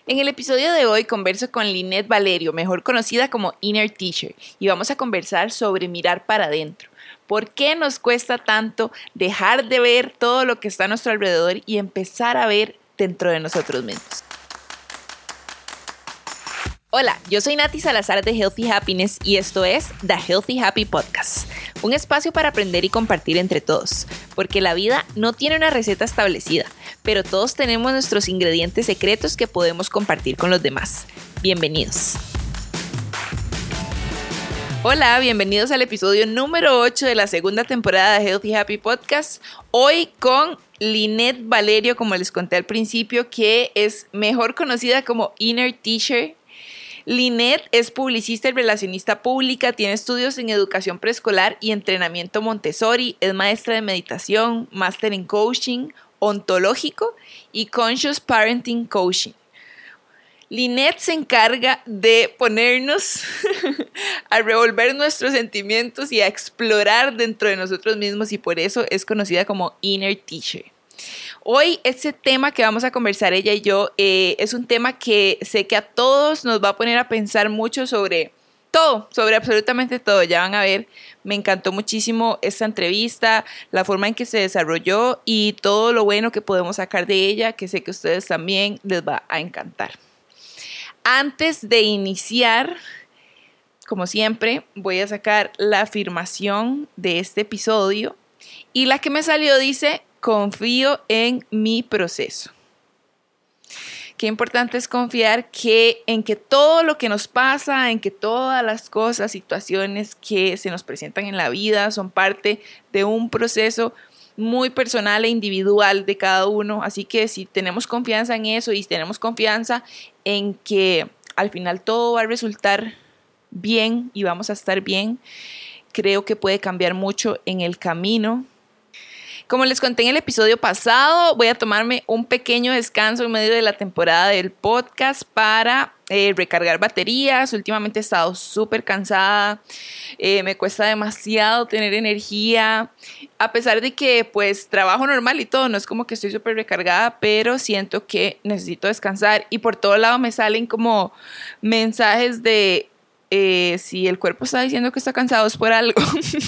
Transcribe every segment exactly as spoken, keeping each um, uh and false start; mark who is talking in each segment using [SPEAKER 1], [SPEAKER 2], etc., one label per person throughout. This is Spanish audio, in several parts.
[SPEAKER 1] En el episodio de hoy converso con Lynette Valerio, mejor conocida como Inner Teacher, y vamos a conversar sobre mirar para adentro. ¿Por qué nos cuesta tanto dejar de ver todo lo que está a nuestro alrededor y empezar a ver dentro de nosotros mismos? Hola, yo soy Nati Salazar de Healthy Happiness y esto es The Healthy Happy Podcast, un espacio para aprender y compartir entre todos, porque la vida no tiene una receta establecida, pero todos tenemos nuestros ingredientes secretos que podemos compartir con los demás. Bienvenidos. Hola, bienvenidos al episodio número ocho de la segunda temporada de Healthy Happy Podcast. Hoy con Lynette Valerio, como les conté al principio, que es mejor conocida como Inner Teacher. Lynette es publicista y relacionista pública, tiene estudios en educación preescolar y entrenamiento Montessori, es maestra de meditación, máster en coaching ontológico y Conscious Parenting Coaching. Lynette se encarga de ponernos a revolver nuestros sentimientos y a explorar dentro de nosotros mismos y por eso es conocida como Inner Teacher. Hoy este tema que vamos a conversar ella y yo eh, es un tema que sé que a todos nos va a poner a pensar mucho sobre todo, sobre absolutamente todo. Ya van a ver, me encantó muchísimo esta entrevista, la forma en que se desarrolló y todo lo bueno que podemos sacar de ella, que sé que a ustedes también les va a encantar. Antes de iniciar, como siempre, voy a sacar la afirmación de este episodio y la que me salió dice: confío en mi proceso. Qué importante es confiar que, en que todo lo que nos pasa, en que todas las cosas, situaciones que se nos presentan en la vida son parte de un proceso muy personal e individual de cada uno. Así que si tenemos confianza en eso y tenemos confianza en que al final todo va a resultar bien y vamos a estar bien, creo que puede cambiar mucho en el camino. Como les conté en el episodio pasado, voy a tomarme un pequeño descanso en medio de la temporada del podcast para eh, recargar baterías. Últimamente he estado súper cansada, eh, me cuesta demasiado tener energía, a pesar de que pues trabajo normal y todo, no es como que estoy súper recargada, pero siento que necesito descansar y por todo lado me salen como mensajes de Eh, si el cuerpo está diciendo que está cansado es por algo,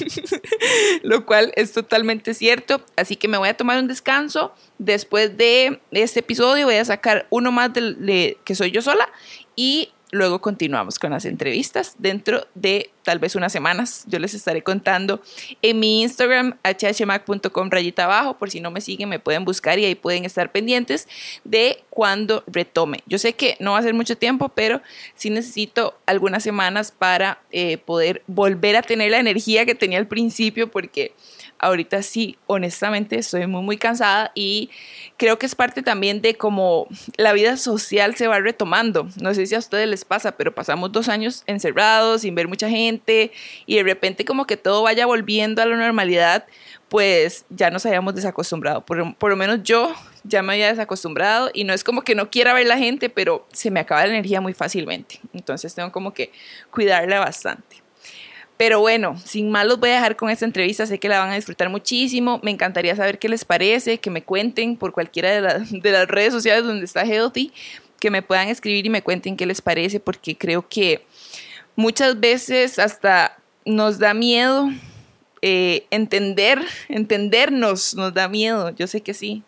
[SPEAKER 1] lo cual es totalmente cierto, así que me voy a tomar un descanso. Después de este episodio voy a sacar uno más de, de que soy yo sola y luego continuamos con las entrevistas dentro de tal vez unas semanas. Yo les estaré contando en mi Instagram, h h mac punto com rayita abajo, por si no me siguen me pueden buscar y ahí pueden estar pendientes de cuando retome. Yo sé que no va a ser mucho tiempo, pero sí necesito algunas semanas para eh, poder volver a tener la energía que tenía al principio, porque ahorita sí, honestamente, estoy muy, muy cansada y creo que es parte también de cómo la vida social se va retomando. No sé si a ustedes les pasa, pero pasamos dos años encerrados, sin ver mucha gente y de repente como que todo vaya volviendo a la normalidad, pues ya nos habíamos desacostumbrado. Por, por lo menos yo ya me había desacostumbrado y no es como que no quiera ver la gente, pero se me acaba la energía muy fácilmente. Entonces tengo como que cuidarla bastante. Pero bueno, sin más los voy a dejar con esta entrevista, sé que la van a disfrutar muchísimo, me encantaría saber qué les parece, que me cuenten por cualquiera de, la, de las redes sociales donde está Healthy, que me puedan escribir y me cuenten qué les parece, porque creo que muchas veces hasta nos da miedo eh, entender, entendernos nos da miedo, yo sé que sí,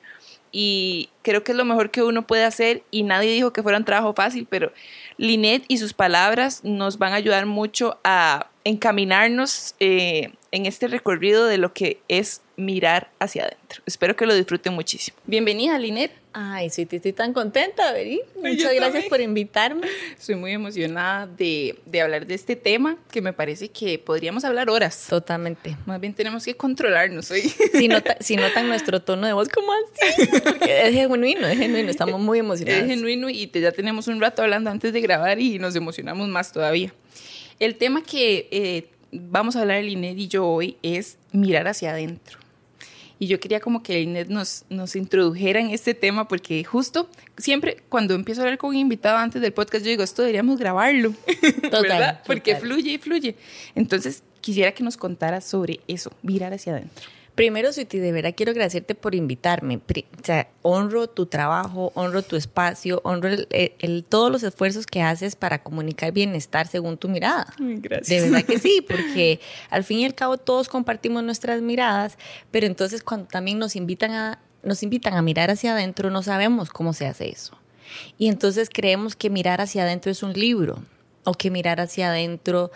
[SPEAKER 1] y creo que es lo mejor que uno puede hacer y nadie dijo que fuera un trabajo fácil, pero Lynette y sus palabras nos van a ayudar mucho a encaminarnos eh, en este recorrido de lo que es mirar hacia adentro. Espero que lo disfruten muchísimo. Bienvenida, Lynette.
[SPEAKER 2] Ay, sí, estoy tan contenta, Veri. Muchas gracias también por invitarme.
[SPEAKER 1] Estoy muy emocionada de, de hablar de este tema, que me parece que podríamos hablar horas.
[SPEAKER 2] Totalmente.
[SPEAKER 1] Más bien tenemos que controlarnos hoy.
[SPEAKER 2] Si, nota, si notan nuestro tono de voz, ¿cómo así? Porque es genuino, es genuino, estamos muy emocionados.
[SPEAKER 1] Es genuino y te, ya tenemos un rato hablando antes de grabar y nos emocionamos más todavía. El tema que eh, vamos a hablar Lynette y yo hoy es mirar hacia adentro. Y yo quería como que Lynette nos, nos introdujera en este tema porque justo siempre cuando empiezo a hablar con un invitado antes del podcast yo digo, esto deberíamos grabarlo, total, ¿verdad? Total. Porque fluye y fluye. Entonces quisiera que nos contara sobre eso, mirar hacia adentro.
[SPEAKER 2] Primero, Sweetie, de verdad quiero agradecerte por invitarme. O sea, honro tu trabajo, honro tu espacio, honro el, el, el, todos los esfuerzos que haces para comunicar bienestar según tu mirada.
[SPEAKER 1] Gracias.
[SPEAKER 2] De verdad que sí, porque al fin y al cabo todos compartimos nuestras miradas, pero entonces cuando también nos invitan a, nos invitan a mirar hacia adentro, no sabemos cómo se hace eso. Y entonces creemos que mirar hacia adentro es un libro, o que mirar hacia adentro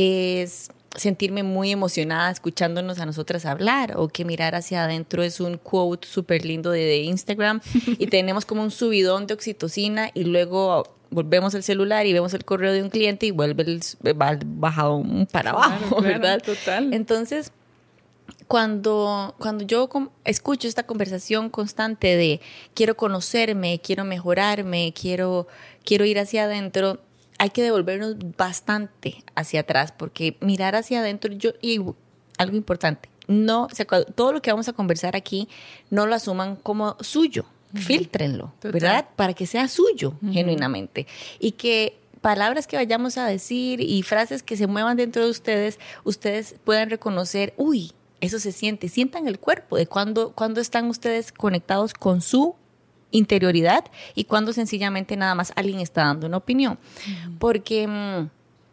[SPEAKER 2] es sentirme muy emocionada escuchándonos a nosotras hablar, o que mirar hacia adentro es un quote súper lindo de, de Instagram y tenemos como un subidón de oxitocina y luego volvemos el celular y vemos el correo de un cliente y vuelve el, va bajado para abajo,
[SPEAKER 1] claro, claro,
[SPEAKER 2] ¿verdad?
[SPEAKER 1] Total.
[SPEAKER 2] Entonces, cuando, cuando yo escucho esta conversación constante de quiero conocerme, quiero mejorarme, quiero, quiero ir hacia adentro, hay que devolvernos bastante hacia atrás, porque mirar hacia adentro, yo, y algo importante, no, o sea, todo lo que vamos a conversar aquí, no lo asuman como suyo, uh-huh. Fíltrenlo, total. ¿Verdad? Para que sea suyo, uh-huh. Genuinamente. Y que palabras que vayamos a decir y frases que se muevan dentro de ustedes, ustedes puedan reconocer, uy, eso se siente, sientan el cuerpo de cuando, cuando están ustedes conectados con su interioridad y cuando sencillamente nada más alguien está dando una opinión. Uh-huh. Porque mmm,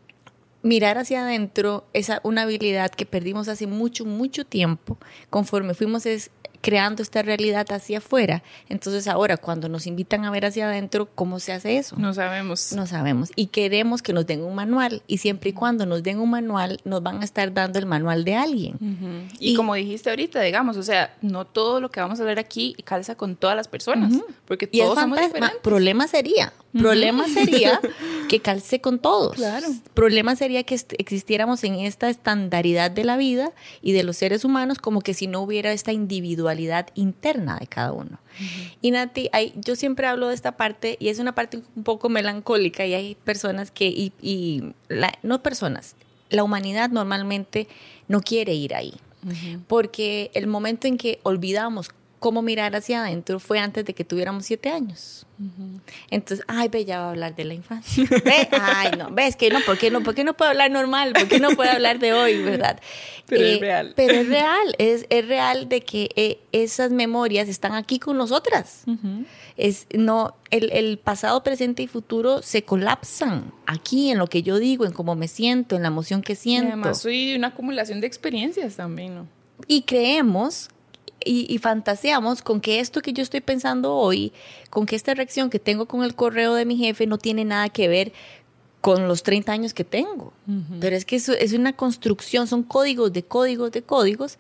[SPEAKER 2] mirar hacia adentro es una habilidad que perdimos hace mucho, mucho tiempo conforme fuimos es, creando esta realidad hacia afuera. Entonces ahora cuando nos invitan a ver hacia adentro, ¿cómo se hace eso?
[SPEAKER 1] No sabemos.
[SPEAKER 2] No sabemos. Y queremos que nos den un manual. Y siempre y cuando nos den un manual, nos van a estar dando el manual de alguien.
[SPEAKER 1] Uh-huh. Y, y como dijiste ahorita, digamos, o sea, no todo lo que vamos a ver aquí calza con todas las personas. Uh-huh. Porque
[SPEAKER 2] y
[SPEAKER 1] todos somos diferentes.
[SPEAKER 2] Problema sería, uh-huh. problema sería que calce con todos.
[SPEAKER 1] Claro.
[SPEAKER 2] Problema sería que est- existiéramos en esta estandaridad de la vida y de los seres humanos como que si no hubiera esta individualidad interna de cada uno. Uh-huh. Y Nati, hay, yo siempre hablo de esta parte y es una parte un poco melancólica y hay personas que, y, y la, no personas, la humanidad normalmente no quiere ir ahí. Uh-huh. Porque el momento en que olvidamos cómo mirar hacia adentro fue antes de que tuviéramos siete años. Uh-huh. Entonces, ay, ve, ya va a hablar de la infancia. Ve, ay, no, ves que no, ¿por qué no? ¿Por qué no puedo hablar normal? ¿Por qué no puedo hablar de hoy, verdad?
[SPEAKER 1] Pero
[SPEAKER 2] eh,
[SPEAKER 1] es real.
[SPEAKER 2] Pero es real, es, es real de que eh, esas memorias están aquí con nosotras. Uh-huh. Es, no, el, el pasado, presente y futuro se colapsan aquí en lo que yo digo, en cómo me siento, en la emoción que siento.
[SPEAKER 1] Y además soy una acumulación de experiencias también, ¿no?
[SPEAKER 2] Y creemos Y, y fantaseamos con que esto que yo estoy pensando hoy, con que esta reacción que tengo con el correo de mi jefe no tiene nada que ver con los treinta años que tengo. Uh-huh. Pero es que eso es una construcción, son códigos de códigos de códigos.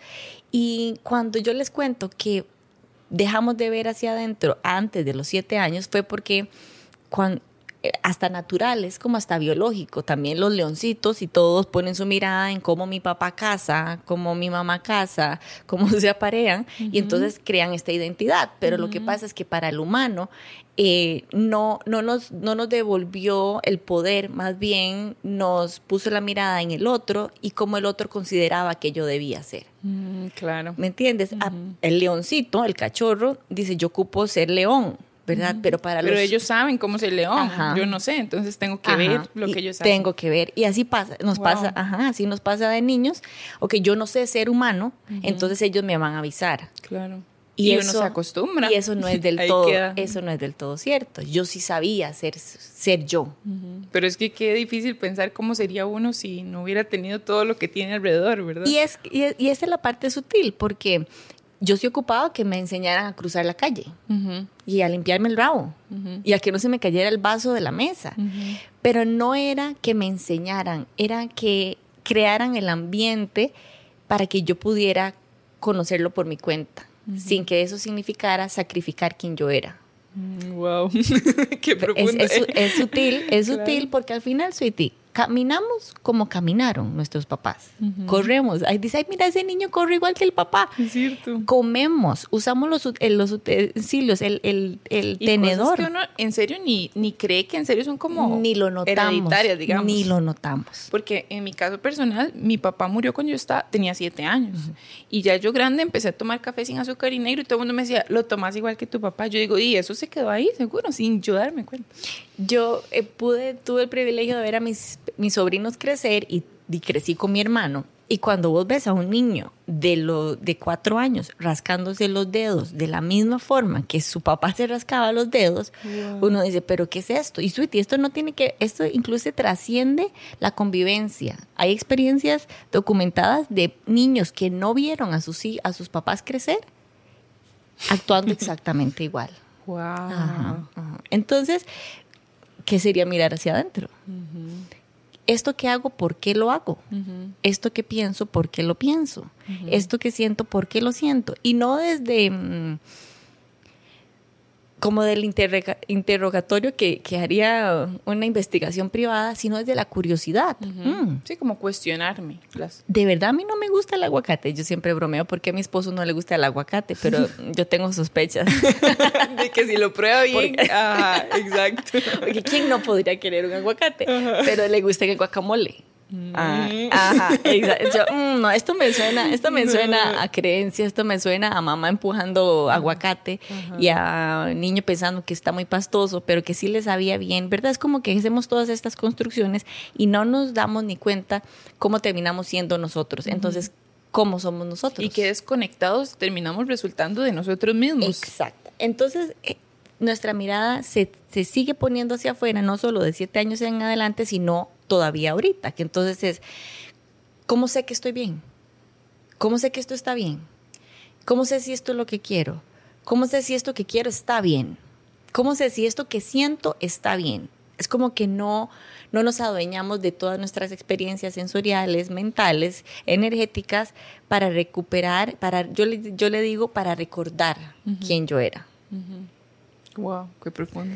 [SPEAKER 2] Y cuando yo les cuento que dejamos de ver hacia adentro antes de los siete años fue porque cuando hasta natural, es como hasta biológico. También los leoncitos y todos ponen su mirada en cómo mi papá casa, cómo mi mamá casa, cómo se aparean, uh-huh. Y entonces crean esta identidad. Pero uh-huh. Lo que pasa es que para el humano eh, no, no, nos, no nos devolvió el poder, más bien nos puso la mirada en el otro y cómo el otro consideraba que yo debía ser.
[SPEAKER 1] Uh-huh. Claro.
[SPEAKER 2] ¿Me entiendes?
[SPEAKER 1] Uh-huh.
[SPEAKER 2] El leoncito, el cachorro, dice yo ocupo ser león, ¿verdad? Pero para
[SPEAKER 1] Pero
[SPEAKER 2] los...
[SPEAKER 1] ellos saben cómo es el león.
[SPEAKER 2] Ajá.
[SPEAKER 1] Yo no sé, entonces tengo que
[SPEAKER 2] Ajá.
[SPEAKER 1] ver lo
[SPEAKER 2] y
[SPEAKER 1] que ellos saben.
[SPEAKER 2] Tengo que ver. Y así pasa, nos
[SPEAKER 1] wow. pasa,
[SPEAKER 2] ajá, así nos pasa de niños. O que yo no sé ser humano, uh-huh. Entonces ellos me van a avisar.
[SPEAKER 1] Claro.
[SPEAKER 2] Y,
[SPEAKER 1] y
[SPEAKER 2] eso,
[SPEAKER 1] uno se acostumbra.
[SPEAKER 2] Y eso no es del todo, queda. Eso no es del todo cierto. Yo sí sabía ser, ser yo.
[SPEAKER 1] Uh-huh. Pero es que qué difícil pensar cómo sería uno si no hubiera tenido todo lo que tiene alrededor, ¿verdad?
[SPEAKER 2] Y es, y, y esa es la parte sutil, porque yo sí ocupaba que me enseñaran a cruzar la calle uh-huh. Y a limpiarme el rabo uh-huh. Y a que no se me cayera el vaso de la mesa. Uh-huh. Pero no era que me enseñaran, era que crearan el ambiente para que yo pudiera conocerlo por mi cuenta, uh-huh. Sin que eso significara sacrificar quien yo era.
[SPEAKER 1] Wow, qué profundo.
[SPEAKER 2] Es, es, es sutil, es claro. Sutil porque al final, Sweetie, caminamos como caminaron nuestros papás. Uh-huh. Corremos. Ahí dice, ay, mira, ese niño corre igual que el papá.
[SPEAKER 1] Es cierto. Comemos,
[SPEAKER 2] usamos los, los utensilios, el, el, el
[SPEAKER 1] y
[SPEAKER 2] tenedor.
[SPEAKER 1] Cosas que uno en serio ni, ni cree que en serio son como
[SPEAKER 2] ni lo notamos,
[SPEAKER 1] hereditarias, digamos.
[SPEAKER 2] Ni lo notamos.
[SPEAKER 1] Porque en mi caso personal, mi papá murió cuando yo estaba, tenía siete años. Uh-huh. Y ya yo grande empecé a tomar café sin azúcar y negro y todo el mundo me decía, lo tomas igual que tu papá. Yo digo, y eso se quedó ahí, seguro, sin yo darme cuenta.
[SPEAKER 2] Yo eh, pude, tuve el privilegio de ver a mis, mis sobrinos crecer y, y crecí con mi hermano. Y cuando vos ves a un niño de, lo, de cuatro años rascándose los dedos de la misma forma que su papá se rascaba los dedos, wow. Uno dice, ¿pero qué es esto? Y sweetie, esto no tiene que, esto incluso trasciende la convivencia. Hay experiencias documentadas de niños que no vieron a sus, a sus papás crecer actuando exactamente igual.
[SPEAKER 1] Wow.
[SPEAKER 2] Ajá, ajá. Entonces, ¿qué sería mirar hacia adentro? Uh-huh. Esto que hago, ¿por qué lo hago? Uh-huh. Esto que pienso, ¿por qué lo pienso? Uh-huh. Esto que siento, ¿por qué lo siento? Y no desde mmm, como del interroga- interrogatorio que, que haría una investigación privada, sino desde la curiosidad.
[SPEAKER 1] Uh-huh.
[SPEAKER 2] Mm.
[SPEAKER 1] Sí, como cuestionarme. Las...
[SPEAKER 2] De verdad, a mí no me gusta el aguacate. Yo siempre bromeo porque a mi esposo no le gusta el aguacate, pero yo tengo sospechas.
[SPEAKER 1] De que si lo prueba bien. Porque... Ajá, exacto.
[SPEAKER 2] Porque ¿quién no podría querer un aguacate? Ajá. Pero le gusta el guacamole.
[SPEAKER 1] Mm.
[SPEAKER 2] Ah, ajá, exacto. Yo, mm, no, esto me suena, esto me suena a creencia, esto me suena a mamá empujando aguacate ajá. Y a niño pensando que está muy pastoso, pero que sí le sabía bien, ¿verdad? Es como que hacemos todas estas construcciones y no nos damos ni cuenta cómo terminamos siendo nosotros. Entonces, ¿cómo somos nosotros?
[SPEAKER 1] Y que desconectados terminamos resultando de nosotros mismos.
[SPEAKER 2] Exacto. Entonces, eh, nuestra mirada se, se sigue poniendo hacia afuera, no solo de siete años en adelante, sino todavía ahorita, que entonces es, ¿cómo sé que estoy bien? ¿Cómo sé que esto está bien? ¿Cómo sé si esto es lo que quiero? ¿Cómo sé si esto que quiero está bien? ¿Cómo sé si esto que siento está bien? Es como que no, no nos adueñamos de todas nuestras experiencias sensoriales, mentales, energéticas, para recuperar, para, yo, le, yo le digo, para recordar uh-huh. quién yo era.
[SPEAKER 1] Uh-huh. Wow, qué profundo.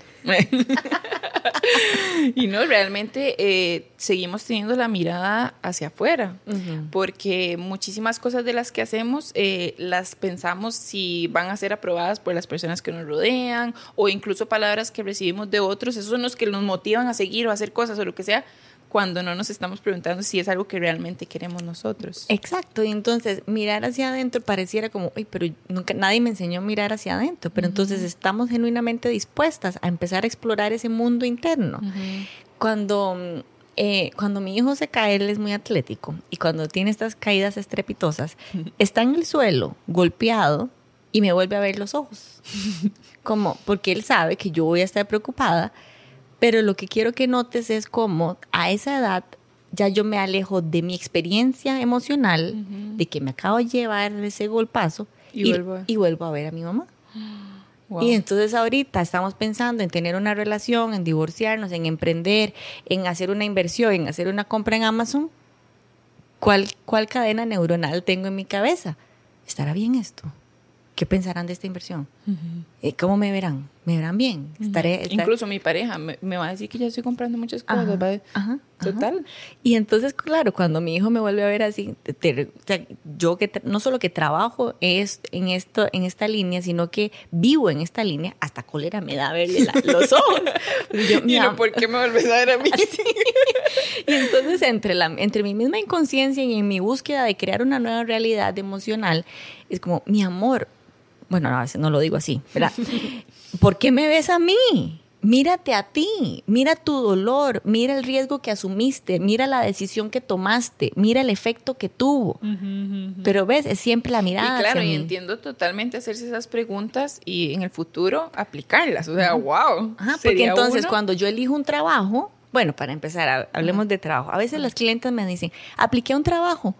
[SPEAKER 1] Y no, realmente eh, seguimos teniendo la mirada hacia afuera, uh-huh. porque muchísimas cosas de las que hacemos eh, las pensamos si van a ser aprobadas por las personas que nos rodean, o incluso palabras que recibimos de otros, esos son los que nos motivan a seguir o a hacer cosas o lo que sea, cuando no nos estamos preguntando si es algo que realmente queremos nosotros.
[SPEAKER 2] Exacto, y entonces mirar hacia adentro pareciera como, uy, pero nunca nadie me enseñó a mirar hacia adentro, pero uh-huh. entonces estamos genuinamente dispuestas a empezar a explorar ese mundo interno. Uh-huh. Cuando, eh, cuando mi hijo se cae, él es muy atlético, y cuando tiene estas caídas estrepitosas, uh-huh. está en el suelo, golpeado, y me vuelve a ver los ojos, como, porque él sabe que yo voy a estar preocupada. Pero lo que quiero que notes es cómo a esa edad ya yo me alejo de mi experiencia emocional, uh-huh. de que me acabo de llevar ese golpazo y, y, vuelvo, a... y vuelvo a ver a mi mamá. Wow. Y entonces ahorita estamos pensando en tener una relación, en divorciarnos, en emprender, en hacer una inversión, en hacer una compra en Amazon. ¿Cuál, cuál cadena neuronal tengo en mi cabeza? ¿Estará bien esto? ¿Qué pensarán de esta inversión? Uh-huh. ¿Cómo me verán? ¿Me verán bien? Estaré,
[SPEAKER 1] uh-huh. estaré... Incluso mi pareja me, me va a decir que ya estoy comprando muchas cosas.
[SPEAKER 2] Ajá,
[SPEAKER 1] ¿va?
[SPEAKER 2] Ajá,
[SPEAKER 1] Total.
[SPEAKER 2] Ajá. Y entonces, claro, cuando mi hijo me vuelve a ver así, te, te, te, yo que tra- no solo que trabajo es, en, esto, en esta línea, sino que vivo en esta línea, hasta cólera me da verle la, los ojos.
[SPEAKER 1] Yo, ¿Y no, por qué me vuelves a ver a mí?
[SPEAKER 2] Y entonces, entre, la, entre mi misma inconsciencia y en mi búsqueda de crear una nueva realidad emocional, es como, mi amor, bueno, a veces no lo digo así, ¿verdad? ¿Por qué me ves a mí? Mírate a ti, mira tu dolor, mira el riesgo que asumiste, mira la decisión que tomaste, mira el efecto que tuvo. Uh-huh, uh-huh. Pero ves, es siempre la mirada.
[SPEAKER 1] Y claro,
[SPEAKER 2] hacia
[SPEAKER 1] y
[SPEAKER 2] mí.
[SPEAKER 1] Entiendo totalmente hacerse esas preguntas y en el futuro aplicarlas. O sea, uh-huh. wow.
[SPEAKER 2] Ajá, porque entonces
[SPEAKER 1] uno?
[SPEAKER 2] cuando yo elijo un trabajo, bueno, para empezar, hablemos uh-huh. de trabajo. A veces uh-huh. las clientes me dicen, apliqué un trabajo,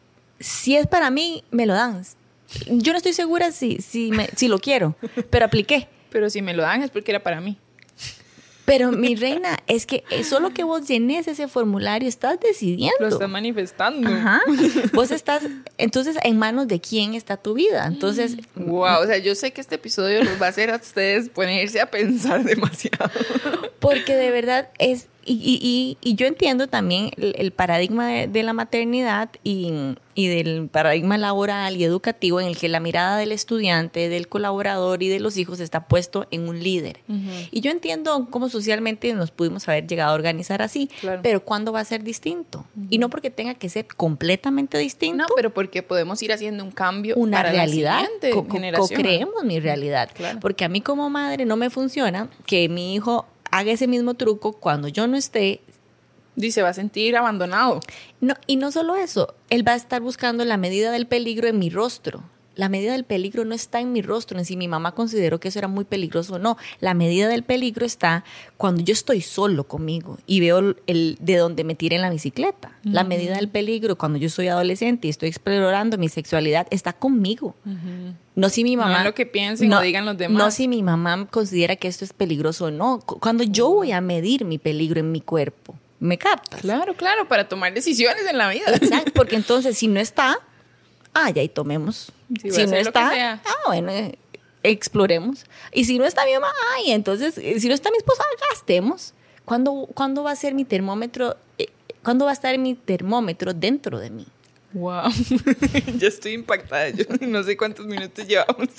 [SPEAKER 2] si es para mí, me lo dan. Yo no estoy segura si, si, me, si lo quiero, pero apliqué.
[SPEAKER 1] Pero si me lo dan es porque era para mí.
[SPEAKER 2] Pero mi reina, es que solo que vos llenes ese formulario, estás decidiendo.
[SPEAKER 1] Lo estás manifestando.
[SPEAKER 2] Ajá. Vos estás, entonces, en manos de quién está tu vida. Entonces,
[SPEAKER 1] wow, o sea, yo sé que este episodio los va a hacer a ustedes ponerse a pensar demasiado.
[SPEAKER 2] Porque de verdad es, y, y, y, y yo entiendo también el, el paradigma de, de la maternidad y, y del paradigma laboral y educativo en el que la mirada del estudiante, del colaborador y de los hijos está puesto en un líder. Uh-huh. Y yo entiendo cómo socialmente nos pudimos haber llegado a organizar así, claro. Pero ¿cuándo va a ser distinto? Uh-huh. Y no porque tenga que ser completamente distinto.
[SPEAKER 1] No, pero porque podemos ir haciendo un cambio
[SPEAKER 2] una
[SPEAKER 1] para
[SPEAKER 2] realidad,
[SPEAKER 1] la siguiente co- generación.
[SPEAKER 2] Co-creemos mi realidad. Claro. Porque a mí como madre no me funciona que mi hijo haga ese mismo truco cuando yo no esté,
[SPEAKER 1] Y se va a sentir abandonado.
[SPEAKER 2] No, y no solo eso, él va a estar buscando la medida del peligro en mi rostro. La medida del peligro no está en mi rostro, en si mi mamá consideró que eso era muy peligroso o no. La medida del peligro está cuando yo estoy solo conmigo y veo el de donde me tiré en la bicicleta. Uh-huh. La medida del peligro cuando yo soy adolescente y estoy explorando mi sexualidad está conmigo. Uh-huh. No si mi mamá...
[SPEAKER 1] No lo que piensen
[SPEAKER 2] no,
[SPEAKER 1] o digan los demás.
[SPEAKER 2] No si mi mamá considera que esto es peligroso o no. Cuando yo voy a medir mi peligro en mi cuerpo, ¿me captas?
[SPEAKER 1] Claro, claro, para tomar decisiones en la vida.
[SPEAKER 2] Exacto, porque entonces si no está... Ah, ya ahí tomemos.
[SPEAKER 1] Sí,
[SPEAKER 2] si no está, ah, bueno, eh, exploremos. Y si no está mi mamá, ay, entonces, eh, si no está mi esposa, gastemos. ¿Cuándo, ¿cuándo va a ser mi termómetro? Eh, ¿Cuándo va a estar mi termómetro dentro de mí?
[SPEAKER 1] Wow. Ya estoy impactada. Yo no sé cuántos minutos llevamos.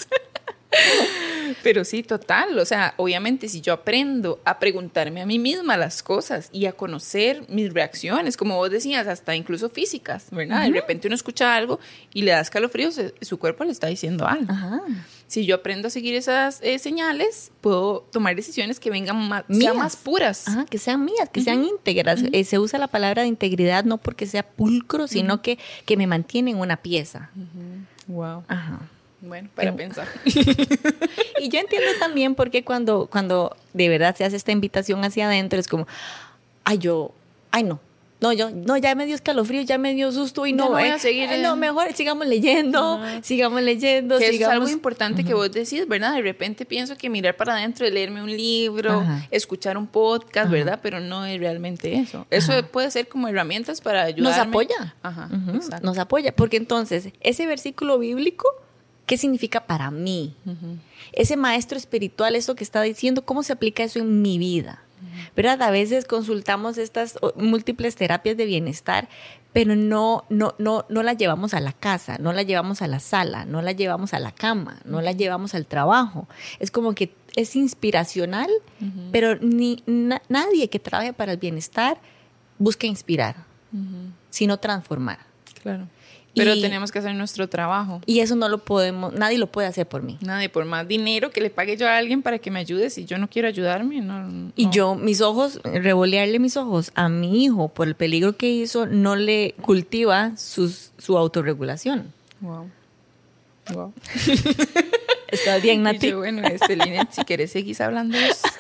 [SPEAKER 1] Pero sí, total, o sea, obviamente si yo aprendo a preguntarme a mí misma las cosas y a conocer mis reacciones, como vos decías, hasta incluso físicas, ¿verdad? Uh-huh. De repente uno escucha algo y le da escalofríos, su cuerpo le está diciendo algo. Uh-huh. Si yo aprendo a seguir esas eh, señales, puedo tomar decisiones que vengan más, sean más puras.
[SPEAKER 2] Ajá, que sean mías, que uh-huh. sean íntegras. Uh-huh. Eh, se usa la palabra de integridad no porque sea pulcro, sino uh-huh. que, que me mantiene en una pieza.
[SPEAKER 1] Uh-huh. Wow.
[SPEAKER 2] Ajá.
[SPEAKER 1] Bueno, para Pero, pensar.
[SPEAKER 2] Y yo entiendo también por qué cuando, cuando de verdad se hace esta invitación hacia adentro, es como, ay, yo, ay, no. No, yo, no, ya me dio escalofrío, ya me dio susto y no,
[SPEAKER 1] no voy
[SPEAKER 2] eh,
[SPEAKER 1] a seguir.
[SPEAKER 2] Eh, no, mejor sigamos leyendo, uh-huh. sigamos leyendo.
[SPEAKER 1] Que
[SPEAKER 2] sigamos...
[SPEAKER 1] eso es algo importante uh-huh. que vos decís, ¿verdad? De repente pienso que mirar para adentro, leerme un libro, uh-huh. escuchar un podcast, uh-huh. ¿verdad? Pero no es realmente eso. Eso uh-huh. puede ser como herramientas para ayudarme.
[SPEAKER 2] Nos apoya.
[SPEAKER 1] Ajá,
[SPEAKER 2] uh-huh. Exacto. Nos apoya, porque entonces, ese versículo bíblico, ¿qué significa para mí? Uh-huh. Ese maestro espiritual, eso que está diciendo, ¿cómo se aplica eso en mi vida? Uh-huh. ¿Verdad? A veces consultamos estas múltiples terapias de bienestar, pero no, no, no, no las llevamos a la casa, no las llevamos a la sala, no las llevamos a la cama, no las llevamos al trabajo. Es como que es inspiracional, uh-huh. pero ni, na, nadie que trabaje para el bienestar busca inspirar, uh-huh. sino transformar.
[SPEAKER 1] Claro. Pero y, tenemos que hacer nuestro trabajo.
[SPEAKER 2] Y eso no lo podemos, nadie lo puede hacer por mí.
[SPEAKER 1] Nadie, por más dinero que le pague yo a alguien para que me ayude, si yo no quiero ayudarme, no. no.
[SPEAKER 2] Y yo, mis ojos, revolearle mis ojos a mi hijo por el peligro que hizo, no le cultiva sus, su autorregulación.
[SPEAKER 1] Wow. Wow.
[SPEAKER 2] ¿Estás bien, Nati?
[SPEAKER 1] Y yo, bueno, este, Linet, si quieres seguís hablando de eso.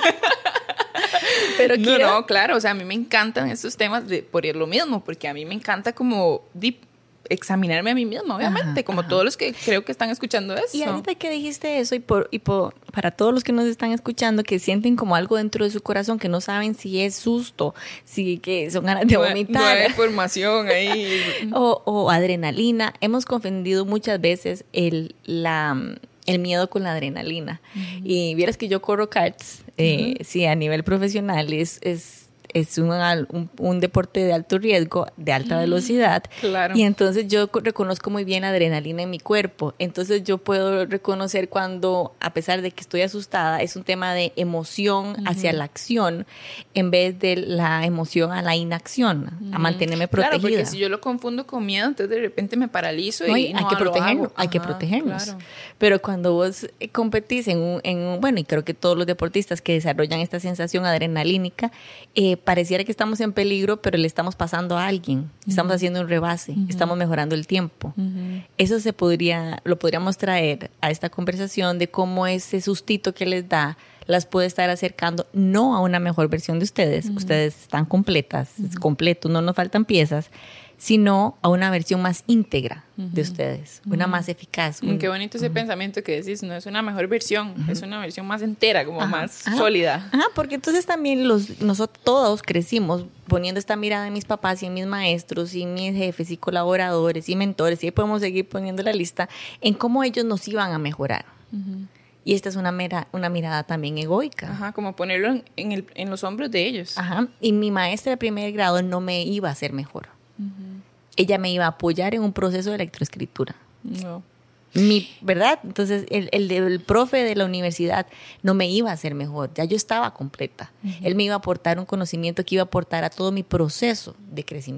[SPEAKER 2] Pero
[SPEAKER 1] no, quiero... no, claro, o sea, a mí me encantan estos temas de, por lo mismo, porque a mí me encanta como deep, examinarme a mí misma, obviamente, ajá, como ajá. todos los que creo que están escuchando eso.
[SPEAKER 2] Y ahorita que dijiste eso, y, por, y por, para todos los que nos están escuchando, que sienten como algo dentro de su corazón, que no saben si es susto, si que son ganas de vomitar.
[SPEAKER 1] No hay información ahí.
[SPEAKER 2] o, o adrenalina. Hemos confundido muchas veces el, la... el miedo con la adrenalina. Uh-huh. Y vieras que yo corro karts, eh, uh-huh. sí, a nivel profesional es, es, es un, un, un deporte de alto riesgo, de alta uh-huh. velocidad.
[SPEAKER 1] Claro.
[SPEAKER 2] Y entonces yo reconozco muy bien adrenalina en mi cuerpo. Entonces yo puedo reconocer cuando, a pesar de que estoy asustada, es un tema de emoción uh-huh. hacia la acción en vez de la emoción a la inacción, uh-huh. a mantenerme protegida.
[SPEAKER 1] Claro, porque si yo lo confundo con miedo, entonces de repente me paralizo y no,
[SPEAKER 2] hay,
[SPEAKER 1] no
[SPEAKER 2] que protegernos,
[SPEAKER 1] lo hago.
[SPEAKER 2] Hay
[SPEAKER 1] Ajá,
[SPEAKER 2] que protegernos.
[SPEAKER 1] Claro.
[SPEAKER 2] Pero cuando vos competís en un, en un, bueno, y creo que todos los deportistas que desarrollan esta sensación adrenalínica, eh, pareciera que estamos en peligro, pero le estamos pasando a alguien, estamos uh-huh. haciendo un rebase, uh-huh. estamos mejorando el tiempo. Uh-huh. Eso se podría, lo podríamos traer a esta conversación de cómo ese sustito que les da las puede estar acercando no a una mejor versión de ustedes, uh-huh. ustedes están completas, uh-huh. es completo, no nos faltan piezas, sino a una versión más íntegra uh-huh. de ustedes, una uh-huh. más eficaz. Un,
[SPEAKER 1] Qué bonito ese uh-huh. pensamiento que decís, no es una mejor versión, uh-huh. es una versión más entera, como ajá, más
[SPEAKER 2] ajá,
[SPEAKER 1] sólida.
[SPEAKER 2] Ajá, porque entonces también los, nosotros todos crecimos poniendo esta mirada en mis papás y en mis maestros y en mis jefes y colaboradores y mentores, y ahí podemos seguir poniendo la lista, en cómo ellos nos iban a mejorar. Uh-huh. Y esta es una, mera, una mirada también egoica.
[SPEAKER 1] Ajá, como ponerlo en, en, el, en los hombros de ellos.
[SPEAKER 2] Ajá, y mi maestra de primer grado no me iba a hacer mejor. Uh-huh. Ella me iba a apoyar en un proceso de electroescritura.
[SPEAKER 1] No.
[SPEAKER 2] Mi, ¿verdad? Entonces, el, el, el profe de la universidad no me iba a hacer mejor. Ya yo estaba completa. Uh-huh. Él me iba a aportar un conocimiento que iba a aportar a todo mi proceso de crecimiento.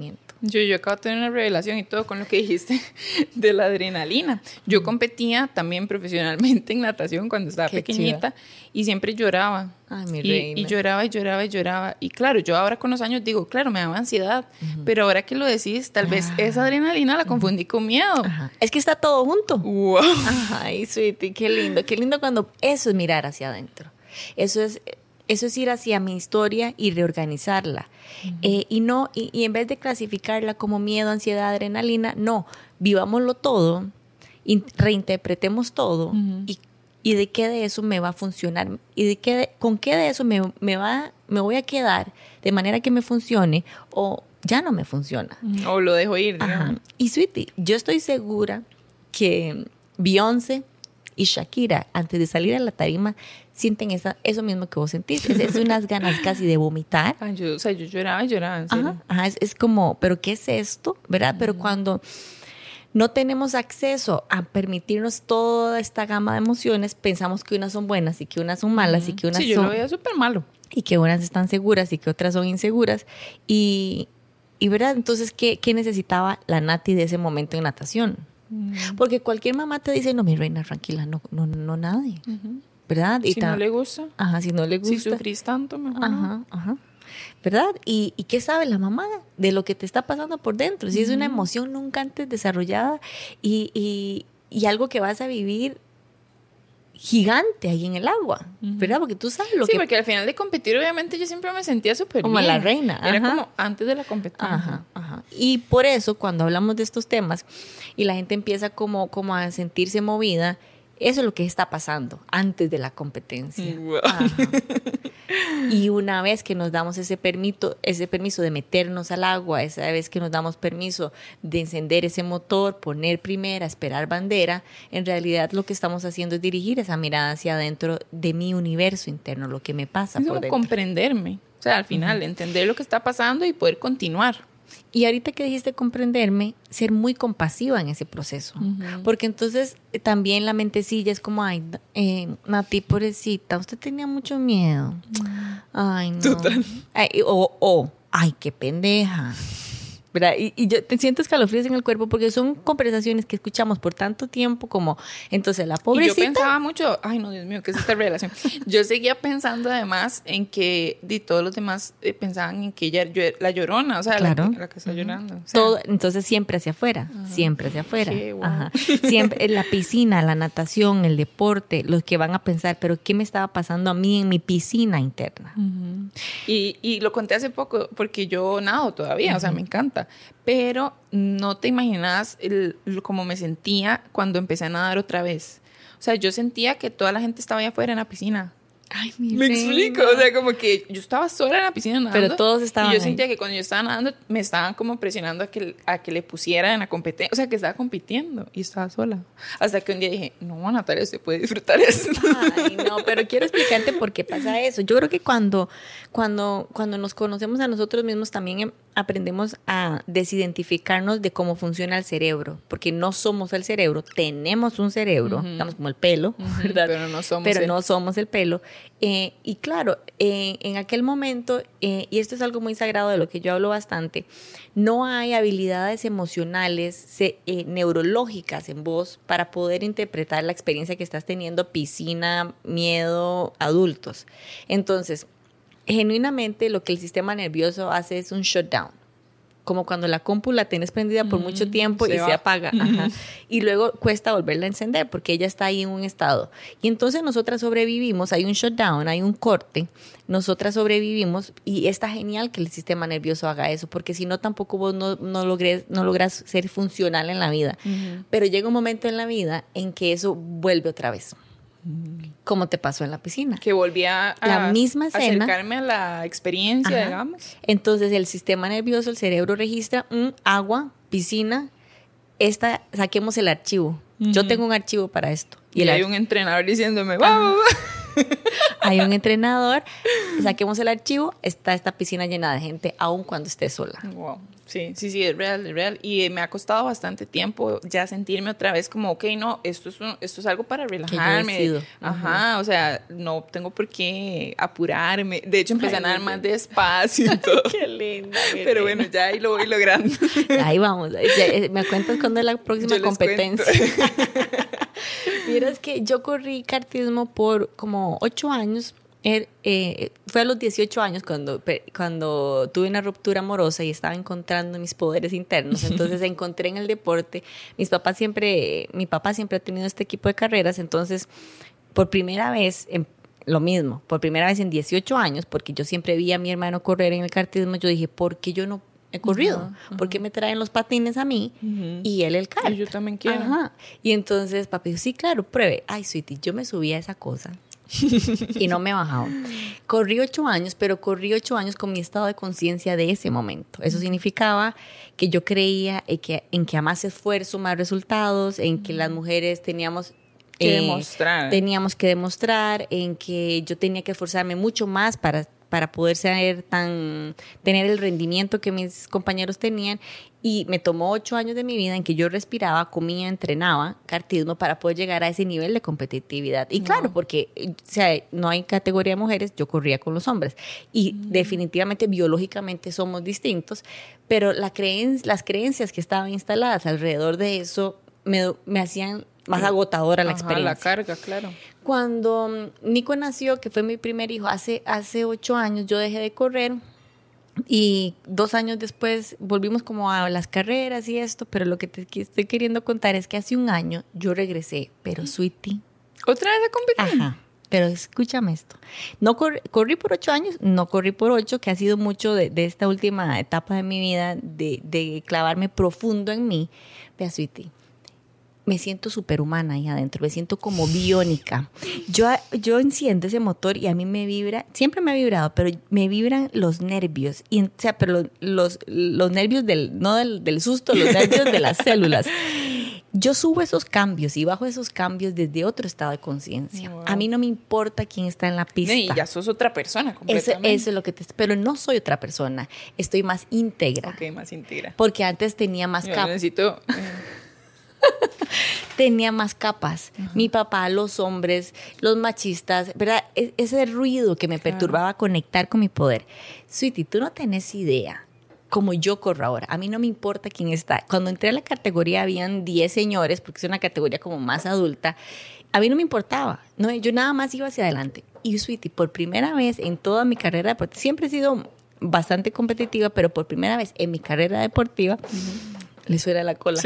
[SPEAKER 1] Yo, yo acabo de tener una revelación y todo con lo que dijiste de la adrenalina. Yo competía también profesionalmente en natación cuando estaba Qué pequeñita chiva. Y siempre lloraba.
[SPEAKER 2] Ay, mi
[SPEAKER 1] y,
[SPEAKER 2] reina.
[SPEAKER 1] y lloraba y lloraba y lloraba. Y claro, yo ahora con los años digo, claro, me daba ansiedad. Uh-huh. Pero ahora que lo decís, tal vez ah. esa adrenalina la confundí uh-huh. con miedo.
[SPEAKER 2] Ajá. Es que está todo junto.
[SPEAKER 1] Wow.
[SPEAKER 2] Ay, sweetie, qué lindo. Qué lindo cuando eso es mirar hacia adentro. Eso es... Eso es ir hacia mi historia y reorganizarla. Uh-huh. Eh, y no y, y en vez de clasificarla como miedo, ansiedad, adrenalina, no, vivámoslo todo, in, reinterpretemos todo uh-huh. y, y de qué de eso me va a funcionar y de qué de, con qué de eso me, me, va, me voy a quedar de manera que me funcione o ya no me funciona.
[SPEAKER 1] Uh-huh. O lo dejo ir.
[SPEAKER 2] Ajá. Y sweetie, yo estoy segura que Beyoncé y Shakira, antes de salir a la tarima, sienten esa, eso mismo que vos sentís. Es, es unas ganas casi de vomitar.
[SPEAKER 1] Ay, yo, o sea, yo lloraba y lloraba, en serio.
[SPEAKER 2] Ajá, ajá, es, es como, ¿pero qué es esto? ¿Verdad? Mm. Pero cuando no tenemos acceso a permitirnos toda esta gama de emociones, pensamos que unas son buenas y que unas son malas mm. y que unas
[SPEAKER 1] sí, yo
[SPEAKER 2] son...
[SPEAKER 1] lo veía súper malo.
[SPEAKER 2] Y que unas están seguras y que otras son inseguras. Y, y ¿verdad? Entonces, ¿qué, qué necesitaba la Nati de ese momento en natación? Mm. Porque cualquier mamá te dice, no, mi reina, tranquila, no, no, no nadie. Uh-huh. ¿Verdad? Y
[SPEAKER 1] si ta- no le gusta.
[SPEAKER 2] Ajá, si no le gusta.
[SPEAKER 1] Si sufrís tanto, mejor.
[SPEAKER 2] Ajá, ajá. ¿Verdad? ¿Y, ¿Y qué sabe la mamá de lo que te está pasando por dentro? Si uh-huh. es una emoción nunca antes desarrollada y, y, y algo que vas a vivir gigante ahí en el agua, uh-huh. ¿verdad? Porque tú sabes lo
[SPEAKER 1] sí,
[SPEAKER 2] que...
[SPEAKER 1] Sí, porque al final de competir, obviamente, yo siempre me sentía súper bien.
[SPEAKER 2] Como la reina.
[SPEAKER 1] Era
[SPEAKER 2] ajá.
[SPEAKER 1] como antes de la competencia.
[SPEAKER 2] Ajá, ajá. Y por eso, cuando hablamos de estos temas y la gente empieza como, como a sentirse movida, eso es lo que está pasando antes de la competencia.
[SPEAKER 1] Wow.
[SPEAKER 2] Y una vez que nos damos ese permiso, ese permiso de meternos al agua, esa vez que nos damos permiso de encender ese motor, poner primera, esperar bandera, en realidad lo que estamos haciendo es dirigir esa mirada hacia adentro de mi universo interno, lo que me pasa
[SPEAKER 1] es
[SPEAKER 2] por
[SPEAKER 1] como
[SPEAKER 2] dentro.
[SPEAKER 1] Comprenderme, o sea, al final, uh-huh. entender lo que está pasando y poder continuar.
[SPEAKER 2] Y ahorita que dijiste comprenderme, ser muy compasiva en ese proceso. Uh-huh. Porque entonces eh, también la mentecilla es como, ay, eh, Nati, pobrecita, usted tenía mucho miedo. Uh-huh. Ay, no.
[SPEAKER 1] Total.
[SPEAKER 2] Ay, o, o, ay, qué pendeja. ¿Verdad? Y, y yo te siento escalofríos en el cuerpo porque son conversaciones que escuchamos por tanto tiempo como, entonces la pobrecita...
[SPEAKER 1] Y yo pensaba mucho, ay no, Dios mío, ¿qué es esta relación? Yo seguía pensando además en que de todos los demás eh, pensaban en que ella, yo, la llorona, o sea,
[SPEAKER 2] claro.
[SPEAKER 1] la, la que está uh-huh. llorando. O sea.
[SPEAKER 2] Todo, entonces siempre hacia afuera, uh-huh. siempre hacia afuera.
[SPEAKER 1] Qué wow.
[SPEAKER 2] Ajá. Siempre en la piscina, la natación, el deporte, los que van a pensar, pero ¿qué me estaba pasando a mí en mi piscina interna?
[SPEAKER 1] Uh-huh. Y, y lo conté hace poco porque yo nado todavía, uh-huh. o sea, me encanta. Pero no te imaginas el, el, cómo me sentía cuando empecé a nadar otra vez. O sea, yo sentía que toda la gente estaba allá afuera en la piscina.
[SPEAKER 2] Ay, mi
[SPEAKER 1] Me
[SPEAKER 2] reina.
[SPEAKER 1] explico, o sea, como que yo estaba sola en la piscina nadando.
[SPEAKER 2] Pero todos estaban
[SPEAKER 1] Y yo
[SPEAKER 2] ahí.
[SPEAKER 1] sentía que cuando yo estaba nadando me estaban como presionando a que, a que le pusiera en la competencia. O sea, que estaba compitiendo y estaba sola. Hasta que un día dije, no, Natalia, usted puede disfrutar eso.
[SPEAKER 2] Ay, no, pero quiero explicarte por qué pasa eso. Yo creo que cuando, cuando, cuando nos conocemos a nosotros mismos también aprendemos a desidentificarnos de cómo funciona el cerebro, porque no somos el cerebro, tenemos un cerebro, uh-huh. digamos como el pelo,
[SPEAKER 1] uh-huh.
[SPEAKER 2] ¿verdad?
[SPEAKER 1] Pero no somos
[SPEAKER 2] Pero
[SPEAKER 1] el...
[SPEAKER 2] no somos el pelo. Eh, y claro, eh, en aquel momento, eh, y esto es algo muy sagrado de lo que yo hablo bastante, no hay habilidades emocionales, se, eh, neurológicas en vos para poder interpretar la experiencia que estás teniendo, piscina, miedo, adultos. Entonces, genuinamente lo que el sistema nervioso hace es un shutdown, como cuando la compu la tienes prendida por mm, mucho tiempo se y va. se apaga. Ajá. Y luego cuesta volverla a encender porque ella está ahí en un estado. Y entonces nosotras sobrevivimos, hay un shutdown, hay un corte, nosotras sobrevivimos y está genial que el sistema nervioso haga eso, porque si no tampoco vos no, no, logres, no logras ser funcional en la vida. Uh-huh. Pero llega un momento en la vida en que eso vuelve otra vez. Como te pasó en la piscina.
[SPEAKER 1] Que volví a,
[SPEAKER 2] la misma escena,
[SPEAKER 1] acercarme a la experiencia, ajá. digamos.
[SPEAKER 2] Entonces el sistema nervioso, el cerebro registra mm, agua, piscina, esta, saquemos el archivo. Uh-huh. Yo tengo un archivo para esto.
[SPEAKER 1] Y, y el hay ar- un entrenador diciéndome, vamos,
[SPEAKER 2] Hay un entrenador, saquemos el archivo, está esta piscina llena de gente, aun cuando esté sola.
[SPEAKER 1] Wow. Sí, sí, sí, es real, es real. Y me ha costado bastante tiempo ya sentirme otra vez como, ok, no, esto es, un, esto es algo para relajarme.
[SPEAKER 2] Uh-huh.
[SPEAKER 1] Ajá, o sea, no tengo por qué apurarme. De hecho, empecé Ay, a nadar más despacio y todo.
[SPEAKER 2] Qué linda.
[SPEAKER 1] Pero bueno, ya ahí lo voy logrando.
[SPEAKER 2] Ahí vamos. Ya, me cuentas cuándo es la próxima
[SPEAKER 1] Yo
[SPEAKER 2] competencia. Vieras que yo corrí kartismo por como ocho años. Er, eh, fue a los dieciocho años cuando, cuando tuve una ruptura amorosa y estaba encontrando mis poderes internos. Entonces encontré en el deporte. Mis papás siempre, mi papá siempre ha tenido este equipo de carreras. Entonces, por primera vez, en, lo mismo, por primera vez en dieciocho años, porque yo siempre vi a mi hermano correr en el kartismo, yo dije, ¿por qué yo no he corrido? Uh-huh. ¿Por qué me traen los patines a mí uh-huh. y él el kart?
[SPEAKER 1] Y yo también quiero.
[SPEAKER 2] Ajá. Y entonces papi dijo, sí, claro, pruebe. Ay, sweetie, yo me subí a esa cosa y no me he bajado. Corrí ocho años, pero corrí ocho años con mi estado de conciencia de ese momento. Eso significaba que yo creía en que, en que a más esfuerzo, más resultados, en que las mujeres teníamos
[SPEAKER 1] que
[SPEAKER 2] eh,
[SPEAKER 1] demostrar.
[SPEAKER 2] Teníamos que demostrar, en que yo tenía que esforzarme mucho más para, para poder ser tan, tener el rendimiento que mis compañeros tenían. Y me tomó ocho años de mi vida en que yo respiraba, comía, entrenaba kartismo para poder llegar a ese nivel de competitividad. Y claro, no. porque o sea, no hay categoría de mujeres, yo corría con los hombres. Y mm. definitivamente, biológicamente somos distintos, pero la creen, las creencias que estaban instaladas alrededor de eso me, me hacían más agotadora la
[SPEAKER 1] Ajá,
[SPEAKER 2] experiencia.
[SPEAKER 1] La carga, claro.
[SPEAKER 2] Cuando Nico nació, que fue mi primer hijo, hace, hace ocho años, yo dejé de correr. Y dos años después volvimos como a las carreras y esto, pero lo que te estoy queriendo contar es que hace un año yo regresé, pero sweetie.
[SPEAKER 1] ¿Otra vez a competir?
[SPEAKER 2] Ajá, pero escúchame esto. No corrí, corrí por ocho años, no corrí por ocho, que ha sido mucho de, de esta última etapa de mi vida, de, de clavarme profundo en mí. Vea, sweetie, me siento superhumana ahí adentro, me siento como biónica. Yo, yo enciendo ese motor y a mí me vibra, siempre me ha vibrado, pero me vibran los nervios, y, o sea, pero los, los, los nervios del, no del, del susto, los nervios de las células. Yo subo esos cambios y bajo esos cambios desde otro estado de conciencia. Wow. A mí no me importa quién está en la pista.
[SPEAKER 1] Y ya sos otra persona completamente.
[SPEAKER 2] Eso, eso es lo que te... Pero no soy otra persona, estoy más íntegra.
[SPEAKER 1] Ok, más íntegra.
[SPEAKER 2] Porque antes tenía más capas.
[SPEAKER 1] Necesito...
[SPEAKER 2] Tenía más capas. Uh-huh. Mi papá, los hombres, los machistas, ¿verdad? E- ese ruido que me claro. perturbaba conectar con mi poder. Sweetie, tú no tenés idea como yo corro ahora. A mí no me importa quién está. Cuando entré a la categoría habían diez señores, porque es una categoría como más adulta. A mí no me importaba. No, yo nada más iba hacia adelante. Y sweetie, por primera vez en toda mi carrera, porque siempre he sido bastante competitiva, pero por primera vez en mi carrera deportiva, uh-huh. le suena la cola.
[SPEAKER 1] Sí.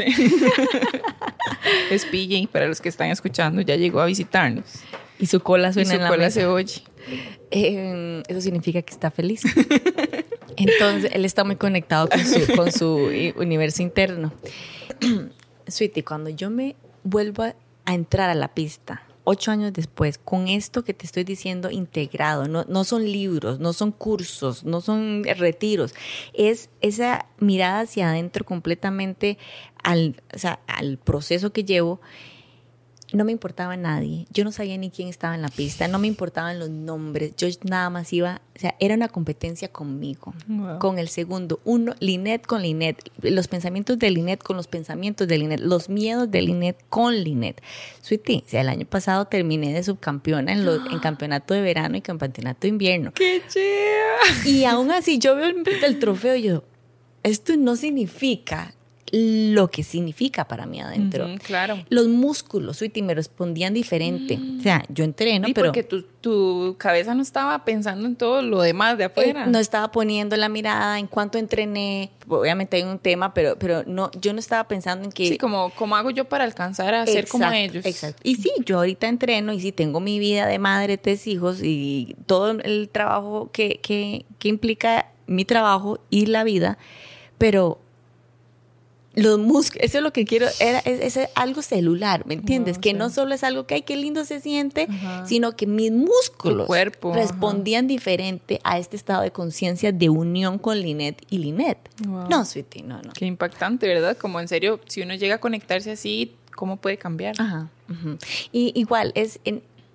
[SPEAKER 1] Es P J, para los que están escuchando, ya llegó a visitarnos.
[SPEAKER 2] Y su cola suena
[SPEAKER 1] y su
[SPEAKER 2] en la
[SPEAKER 1] cola
[SPEAKER 2] mesa.
[SPEAKER 1] se oye.
[SPEAKER 2] Eh, eso significa que está feliz. Entonces, él está muy conectado con su, con su universo interno. Sweetie, cuando yo me vuelvo a, a entrar a la pista, ocho años después, con esto que te estoy diciendo integrado, no, no son libros, no son cursos, no son retiros, es esa mirada hacia adentro completamente al, o sea, al proceso que llevo. No me importaba nadie, yo no sabía ni quién estaba en la pista, no me importaban los nombres, yo nada más iba, o sea, era una competencia conmigo, wow. con el segundo, uno, Lynette con Lynette, los pensamientos de Lynette con los pensamientos de Lynette, los miedos de Lynette con Lynette. Sweetie, o sea, el año pasado terminé de subcampeona en, los, en campeonato de verano y campeonato de invierno.
[SPEAKER 1] ¡Qué chido!
[SPEAKER 2] Y aún así, yo veo el, el trofeo y yo, esto no significa lo que significa para mí adentro.
[SPEAKER 1] Uh-huh, claro.
[SPEAKER 2] Los músculos, sweetie, me respondían diferente. Mm. O sea, yo entreno,
[SPEAKER 1] y
[SPEAKER 2] pero...
[SPEAKER 1] porque tu, tu cabeza no estaba pensando en todo lo demás de afuera.
[SPEAKER 2] Eh, no estaba poniendo la mirada en cuánto entrené. Obviamente hay un tema, pero, pero no, yo no estaba pensando en que...
[SPEAKER 1] Sí, como, ¿cómo hago yo para alcanzar a ser como ellos?
[SPEAKER 2] Exacto. Y sí, yo ahorita entreno y sí tengo mi vida de madre, tres hijos y todo el trabajo que, que, que implica mi trabajo y la vida, pero... Los músculos, eso es lo que quiero, era, es, es algo celular, ¿me entiendes? Oh, que sí. No solo es algo que, ay, qué lindo se siente, uh-huh. sino que mis músculos
[SPEAKER 1] tu cuerpo,
[SPEAKER 2] respondían uh-huh. diferente a este estado de conciencia de unión con Lynette y Lynette. Wow. No, sweetie, no, no.
[SPEAKER 1] Qué impactante, ¿verdad? Como en serio, si uno llega a conectarse así, ¿cómo puede cambiar?
[SPEAKER 2] Ajá. Uh-huh. Y igual, es en,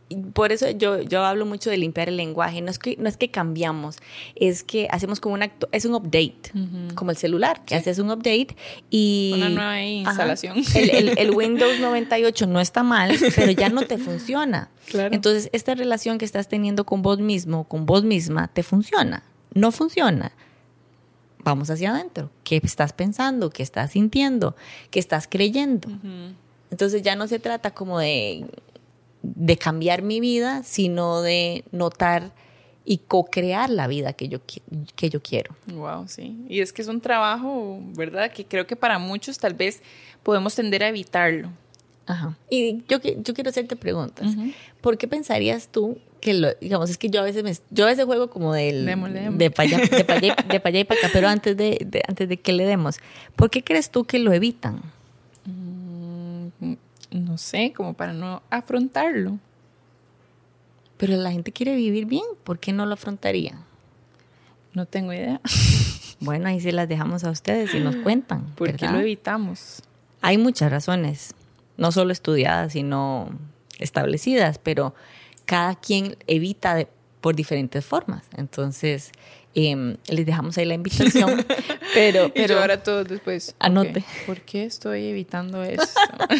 [SPEAKER 2] por eso yo, yo hablo mucho de limpiar el lenguaje. No es que, no es que cambiamos, es que hacemos como un acto, es un update, uh-huh. como el celular, que sí. haces un update y...
[SPEAKER 1] Una nueva instalación.
[SPEAKER 2] Ajá, el, el, el Windows noventa y ocho no está mal, pero ya no te funciona. Claro. Entonces, esta relación que estás teniendo con vos mismo, con vos misma, ¿te funciona? No funciona. Vamos hacia adentro. ¿Qué estás pensando? ¿Qué estás sintiendo? ¿Qué estás creyendo? Uh-huh. Entonces, ya no se trata como de... de cambiar mi vida, sino de notar y co-crear la vida que yo, que yo quiero.
[SPEAKER 1] Wow, sí. Y es que es un trabajo, ¿verdad? Que creo que para muchos tal vez podemos tender a evitarlo.
[SPEAKER 2] Ajá. Y yo, yo quiero hacerte preguntas. Uh-huh. ¿Por qué pensarías tú que lo, digamos, es que yo a veces me, yo a veces juego como del,
[SPEAKER 1] demo, demo.
[SPEAKER 2] de para allá, de para allá, de para allá y para acá, pero antes de, de, antes de que le demos, ¿por qué crees tú que lo evitan?
[SPEAKER 1] Mm, no sé, como para no afrontarlo.
[SPEAKER 2] Pero la gente quiere vivir bien, ¿por qué no lo afrontaría?
[SPEAKER 1] No tengo idea.
[SPEAKER 2] Bueno, ahí se las dejamos a ustedes y nos cuentan.
[SPEAKER 1] ¿Por
[SPEAKER 2] ¿verdad?
[SPEAKER 1] qué lo evitamos?
[SPEAKER 2] Hay muchas razones, no solo estudiadas, sino establecidas, pero cada quien evita de, por diferentes formas. Entonces, eh, les dejamos ahí la invitación. pero, pero
[SPEAKER 1] y yo ahora todos después.
[SPEAKER 2] Anote.
[SPEAKER 1] Okay, ¿por qué estoy evitando esto?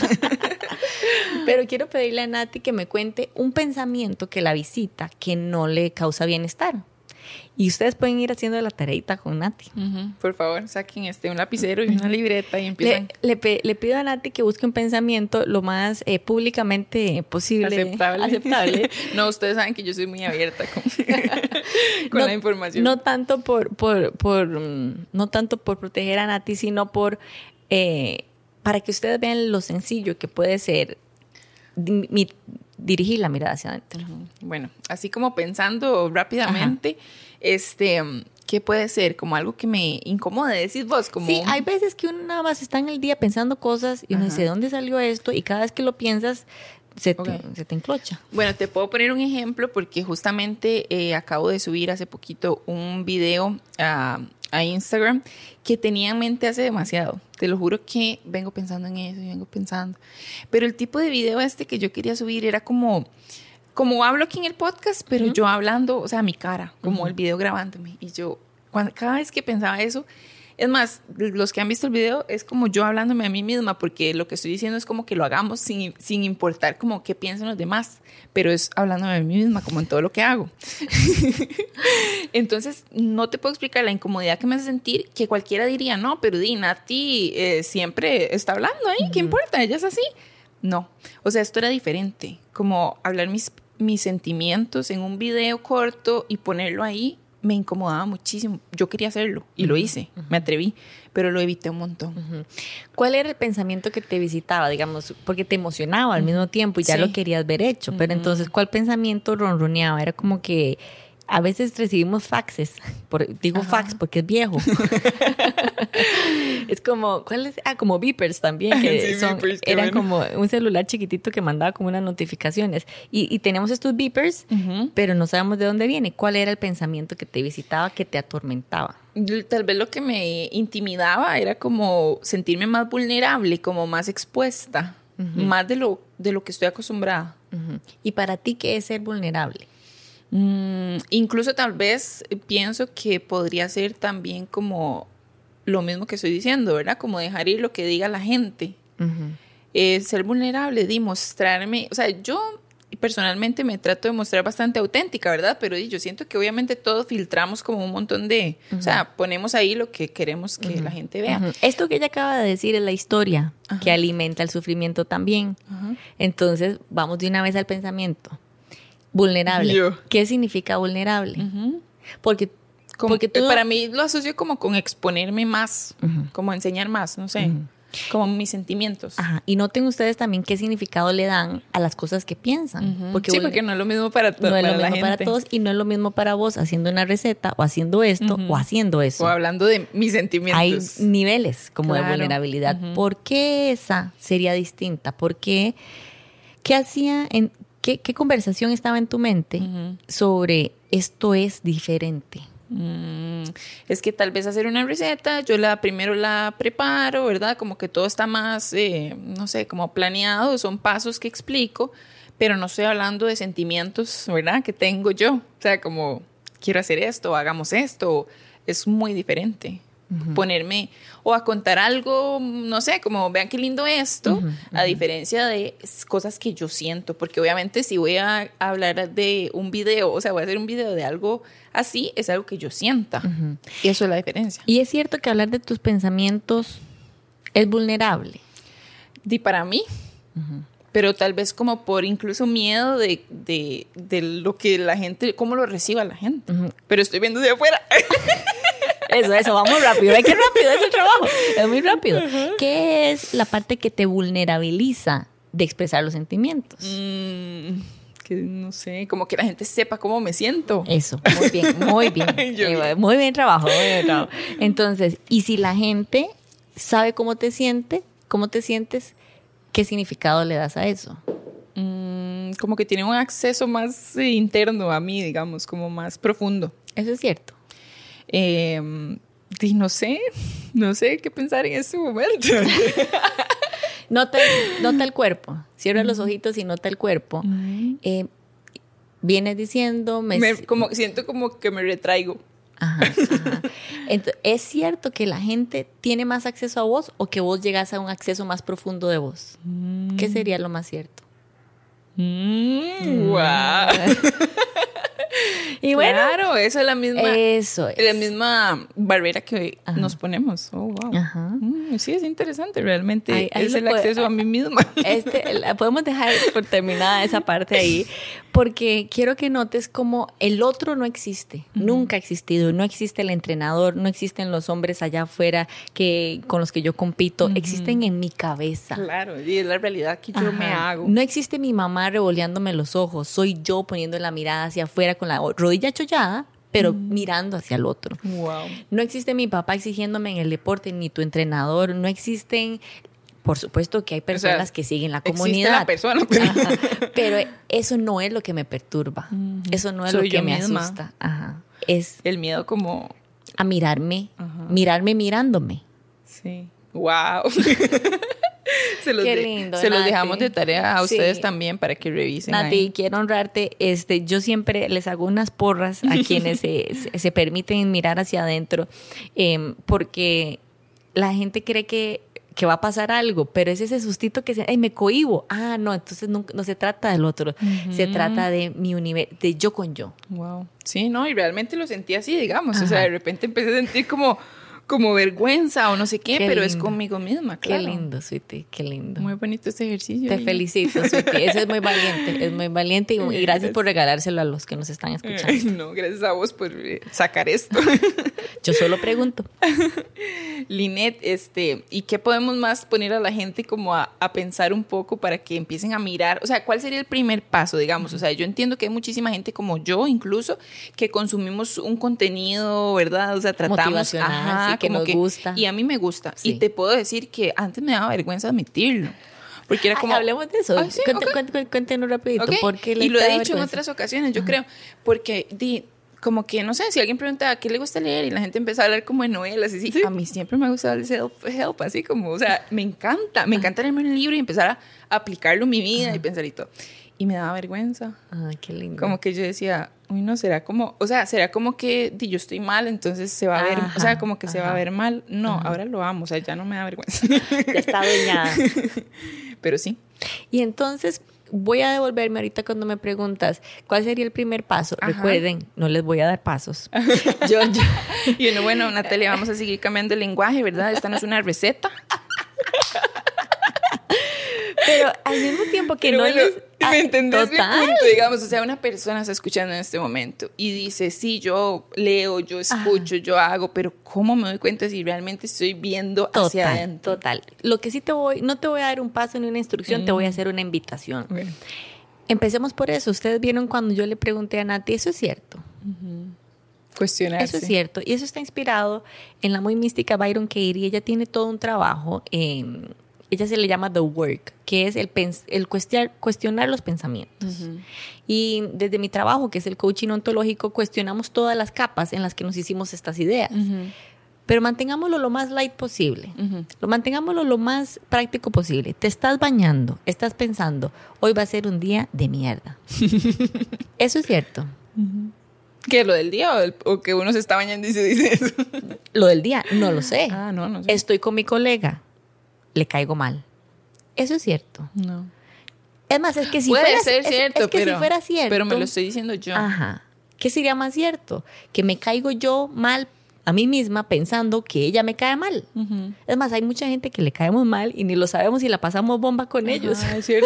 [SPEAKER 2] Pero quiero pedirle a Nati que me cuente un pensamiento que la visita que no le causa bienestar. Y ustedes pueden ir haciendo la tareita con Nati.
[SPEAKER 1] Uh-huh. Por favor, saquen este, un lapicero y una libreta y empiezan.
[SPEAKER 2] Le, le, le pido a Nati que busque un pensamiento lo más eh, públicamente posible.
[SPEAKER 1] Aceptable.
[SPEAKER 2] Aceptable.
[SPEAKER 1] No, ustedes saben que yo soy muy abierta con, con
[SPEAKER 2] no,
[SPEAKER 1] la información.
[SPEAKER 2] No tanto por, por, por, no tanto por proteger a Nati, sino por eh, para que ustedes vean lo sencillo que puede ser di, mi, dirigir la mirada hacia adentro.
[SPEAKER 1] Uh-huh. Bueno, así como pensando rápidamente, Ajá. este, ¿qué puede ser? Como algo que me incomode, decís vos. Como...
[SPEAKER 2] Sí, hay veces que uno nada más está en el día pensando cosas y uno Ajá. dice, ¿de dónde salió esto? Y cada vez que lo piensas, se te, okay. se te enclocha.
[SPEAKER 1] Bueno, te puedo poner un ejemplo porque justamente eh, acabo de subir hace poquito un video a, a Instagram que tenía en mente hace demasiado. Te lo juro que vengo pensando en eso y vengo pensando. Pero el tipo de video este que yo quería subir era como, como hablo aquí en el podcast, pero uh-huh. yo hablando, o sea, a mi cara, como uh-huh. el video grabándome. Y yo, cuando, cada vez que pensaba eso, es más, los que han visto el video, es como yo hablándome a mí misma, porque lo que estoy diciendo es como que lo hagamos sin, sin importar como qué piensan los demás, pero es hablándome a mí misma, como en todo lo que hago. Entonces, no te puedo explicar la incomodidad que me hace sentir, que cualquiera diría, no, pero di, Nati eh, siempre está hablando ahí, ¿eh? ¿Qué importa? Ella es así. No, o sea, esto era diferente, como hablar mis, mis sentimientos en un video corto y ponerlo ahí, me incomodaba muchísimo. Yo quería hacerlo y uh-huh, lo hice, uh-huh. me atreví, pero lo evité un montón.
[SPEAKER 2] Uh-huh. ¿Cuál era el pensamiento que te visitaba, digamos, porque te emocionaba al uh-huh. mismo tiempo y ya sí. lo querías ver hecho? Uh-huh. Pero entonces, ¿cuál pensamiento ronroneaba? Era como que a veces recibimos faxes, por, digo Ajá. fax porque es viejo. Es como, ¿cuál es? Ah, como beepers también, que sí, son, beepers, eran bueno. como un celular chiquitito que mandaba como unas notificaciones. Y, y teníamos estos beepers, uh-huh. pero no sabemos de dónde viene. ¿Cuál era el pensamiento que te visitaba, que te atormentaba?
[SPEAKER 1] Tal vez lo que me intimidaba era como sentirme más vulnerable, como más expuesta, uh-huh. más de lo, de lo que estoy acostumbrada.
[SPEAKER 2] Uh-huh. ¿Y para ti qué es ser vulnerable?
[SPEAKER 1] Mm, incluso tal vez pienso que podría ser también como lo mismo que estoy diciendo, ¿verdad? Como dejar ir lo que diga la gente. Uh-huh. Eh, ser vulnerable, de mostrarme, o sea, yo personalmente me trato de mostrar bastante auténtica, ¿verdad? Pero yo siento que obviamente todos filtramos como un montón de, uh-huh. o sea, ponemos ahí lo que queremos que uh-huh. la gente vea.
[SPEAKER 2] Uh-huh. Esto que ella acaba de decir es la historia uh-huh. que alimenta el sufrimiento también. Uh-huh. Entonces, vamos de una vez al pensamiento. Vulnerable. Yo. ¿Qué significa vulnerable?
[SPEAKER 1] Uh-huh.
[SPEAKER 2] Porque,
[SPEAKER 1] como,
[SPEAKER 2] porque tú...
[SPEAKER 1] Para mí lo asocio como con exponerme más, uh-huh. como enseñar más, no sé, uh-huh. como mis sentimientos.
[SPEAKER 2] Ajá. Y noten ustedes también qué significado le dan a las cosas que piensan.
[SPEAKER 1] Uh-huh. Porque sí, vulner... porque no es lo mismo para todos.
[SPEAKER 2] No es
[SPEAKER 1] para
[SPEAKER 2] lo mismo
[SPEAKER 1] la
[SPEAKER 2] para
[SPEAKER 1] gente.
[SPEAKER 2] todos y no es lo mismo para vos haciendo una receta o haciendo esto uh-huh. o haciendo eso.
[SPEAKER 1] O hablando de mis sentimientos.
[SPEAKER 2] Hay niveles como claro. de vulnerabilidad. Uh-huh. ¿Por qué esa sería distinta? ¿Por qué? ¿Qué hacía en... ¿Qué, ¿Qué conversación estaba en tu mente uh-huh. sobre esto es diferente?
[SPEAKER 1] Mm, es que tal vez hacer una receta, yo la primero la preparo, ¿verdad? Como que todo está más, eh, no sé, como planeado, son pasos que explico, pero no estoy hablando de sentimientos, ¿verdad? Que tengo yo. O sea, como quiero hacer esto, hagamos esto. Es muy diferente. Uh-huh. Ponerme o a contar algo, no sé, como vean qué lindo esto, uh-huh, uh-huh. a diferencia de cosas que yo siento, porque obviamente si voy a hablar de un video, o sea, voy a hacer un video de algo así, es algo que yo sienta, uh-huh. y eso es la diferencia.
[SPEAKER 2] Y es cierto que hablar de tus pensamientos es vulnerable.
[SPEAKER 1] Y para mí, uh-huh. pero tal vez como por incluso miedo de, de, de lo que la gente, cómo lo reciba la gente, uh-huh. pero estoy viendo de afuera.
[SPEAKER 2] Eso, eso, vamos rápido. Ay, qué rápido es el trabajo. Es muy rápido. Uh-huh. ¿Qué es la parte que te vulnerabiliza de expresar los sentimientos?
[SPEAKER 1] Mm, que no sé, como que la gente sepa cómo me siento.
[SPEAKER 2] Eso, muy bien, muy bien. eh, muy bien trabajo, muy bien trabajo. Entonces, y si la gente sabe cómo te siente, cómo te sientes, ¿qué significado le das a eso?
[SPEAKER 1] Mm, como que tiene un acceso más eh, interno a mí, digamos, como más profundo.
[SPEAKER 2] Eso es cierto.
[SPEAKER 1] Eh, y no sé, no sé qué pensar en este momento.
[SPEAKER 2] nota, nota el cuerpo, cierra uh-huh. los ojitos y nota el cuerpo. Uh-huh. Eh, vienes diciendo... Me,
[SPEAKER 1] me, como, siento como que me retraigo.
[SPEAKER 2] Ajá, ajá. Entonces, ¿es cierto que la gente tiene más acceso a vos o que vos llegas a un acceso más profundo de vos? Uh-huh. ¿Qué sería lo más cierto?
[SPEAKER 1] Uh-huh. Wow. Y bueno, claro, eso es la misma,
[SPEAKER 2] eso es.
[SPEAKER 1] la misma barrera que Ajá. nos ponemos. Oh, wow. Ajá. Mm, sí, es interesante. Realmente ahí, ahí es el puede, acceso a mí misma.
[SPEAKER 2] Este, la podemos dejar por terminada esa parte ahí, porque quiero que notes como el otro no existe, uh-huh. nunca ha existido. No existe el entrenador, no existen los hombres allá afuera que, con los que yo compito, uh-huh. existen en mi cabeza.
[SPEAKER 1] Claro, y es la realidad que yo Ajá. me hago.
[SPEAKER 2] No existe mi mamá revoleándome los ojos, soy yo poniendo la mirada hacia afuera con la rodilla chollada, pero mm. mirando hacia el otro.
[SPEAKER 1] Wow.
[SPEAKER 2] No existe mi papá exigiéndome en el deporte, ni tu entrenador, no existen... Por supuesto que hay personas o sea, que siguen la comunidad.
[SPEAKER 1] Existe la persona.
[SPEAKER 2] Ajá, pero eso no es lo que me perturba. Mm. Eso no es Soy lo que me misma. asusta. Ajá. Es
[SPEAKER 1] el miedo como...
[SPEAKER 2] A mirarme, Ajá. mirarme mirándome.
[SPEAKER 1] Sí. Wow. Se los,
[SPEAKER 2] Qué
[SPEAKER 1] de,
[SPEAKER 2] lindo,
[SPEAKER 1] se los dejamos de tarea a ustedes sí. también para que revisen.
[SPEAKER 2] Nati, ahí. Quiero honrarte. Este, yo siempre les hago unas porras a quienes se, se, se permiten mirar hacia adentro, eh, porque la gente cree que, que va a pasar algo, pero es ese sustito que se, ay, me cohíbo. Ah, no, entonces no, no se trata del otro, uh-huh. se trata de mi universo, de yo con yo.
[SPEAKER 1] Wow. Sí, no, y realmente lo sentí así, digamos. Ajá. O sea, de repente empecé a sentir como... como vergüenza o no sé qué, qué pero lindo. Es conmigo misma, claro.
[SPEAKER 2] Qué lindo, Sweetie, qué lindo.
[SPEAKER 1] Muy bonito este ejercicio.
[SPEAKER 2] Te felicito, Sweetie. Eso es muy valiente, es muy valiente y, y gracias por regalárselo a los que nos están escuchando.
[SPEAKER 1] No, gracias a vos por sacar esto.
[SPEAKER 2] Yo solo pregunto.
[SPEAKER 1] Linet, este, ¿y qué podemos más poner a la gente como a, a pensar un poco para que empiecen a mirar? O sea, ¿cuál sería el primer paso, digamos? O sea, yo entiendo que hay muchísima gente como yo, incluso, que consumimos un contenido, ¿verdad? O sea, tratamos...
[SPEAKER 2] Ajá, sí, que nos que, gusta.
[SPEAKER 1] Y a mí me gusta. Sí. Y te puedo decir que antes me daba vergüenza admitirlo. Porque era como...
[SPEAKER 2] Ay, hablemos de eso.
[SPEAKER 1] Ay, sí,
[SPEAKER 2] Cuéntanos
[SPEAKER 1] okay.
[SPEAKER 2] cuént, cuént, rapidito.
[SPEAKER 1] Okay.
[SPEAKER 2] ¿Por qué
[SPEAKER 1] y lo he dicho
[SPEAKER 2] vergüenza?
[SPEAKER 1] En otras ocasiones, yo Ajá. creo. Porque... Di, como que, no sé, si alguien pregunta ¿qué le gusta leer? Y la gente empieza a hablar como de novelas, así, ¿Sí? a mí siempre me ha gustado el self-help, así como, o sea, me encanta, me encanta leerme un libro y empezar a aplicarlo en mi vida Ajá. y pensar y todo. Y me daba vergüenza.
[SPEAKER 2] Ay, qué lindo.
[SPEAKER 1] Como que yo decía, uy, no, será como, o sea, será como que di, yo estoy mal, entonces se va a ver, Ajá. o sea, como que Ajá. se va a ver mal. No, Ajá. ahora lo amo, o sea, ya no me da vergüenza.
[SPEAKER 2] Ya está doñada.
[SPEAKER 1] Pero sí.
[SPEAKER 2] Y entonces... Voy a devolverme ahorita cuando me preguntas cuál sería el primer paso. Ajá. Recuerden, no les voy a dar pasos. yo, yo.
[SPEAKER 1] Y uno, bueno, Natalia, vamos a seguir cambiando el lenguaje, ¿verdad? Esta no es una receta.
[SPEAKER 2] Pero al mismo tiempo que
[SPEAKER 1] Pero
[SPEAKER 2] no
[SPEAKER 1] bueno,
[SPEAKER 2] les...
[SPEAKER 1] ¿me entendés mi punto? Digamos, o sea, una persona está escuchando en este momento y dice, sí, yo leo, yo escucho, Ajá. yo hago, pero ¿cómo me doy cuenta si realmente estoy viendo
[SPEAKER 2] total,
[SPEAKER 1] hacia adentro?
[SPEAKER 2] Total. Lo que sí te voy, no te voy a dar un paso ni una instrucción, mm. te voy a hacer una invitación. Okay. Empecemos por eso. Ustedes vieron cuando yo le pregunté a Nati, ¿eso es cierto?
[SPEAKER 1] Uh-huh. Cuestionarse.
[SPEAKER 2] Eso es cierto. Y eso está inspirado en la muy mística Byron Katie. Ella tiene todo un trabajo... Eh, ella se le llama The Work, que es el, pens- el cuestionar, cuestionar los pensamientos. Uh-huh. Y desde mi trabajo, que es el coaching ontológico, cuestionamos todas las capas en las que nos hicimos estas ideas. Uh-huh. pero mantengámoslo lo más light posible. Uh-huh. Lo mantengámoslo lo más práctico posible. Te estás bañando, estás pensando, hoy va a ser un día de mierda. Eso es cierto.
[SPEAKER 1] Uh-huh. ¿Qué? ¿Lo del día o, el, o que uno se está bañando y se dice eso?
[SPEAKER 2] Lo del día, no lo sé.
[SPEAKER 1] Ah, no, no sé.
[SPEAKER 2] Estoy con mi colega, le caigo mal. Eso es cierto.
[SPEAKER 1] No.
[SPEAKER 2] Es más, es que si
[SPEAKER 1] Puede
[SPEAKER 2] fuera,
[SPEAKER 1] ser cierto,
[SPEAKER 2] es, es que
[SPEAKER 1] pero,
[SPEAKER 2] si fuera cierto,
[SPEAKER 1] pero me lo estoy diciendo yo.
[SPEAKER 2] Ajá. ¿Qué sería más cierto? Que me caigo yo mal a mí misma pensando que ella me cae mal. Uh-huh. Es más, hay mucha gente que le caemos mal y ni lo sabemos y la pasamos bomba con Ajá, ellos.
[SPEAKER 1] Es cierto.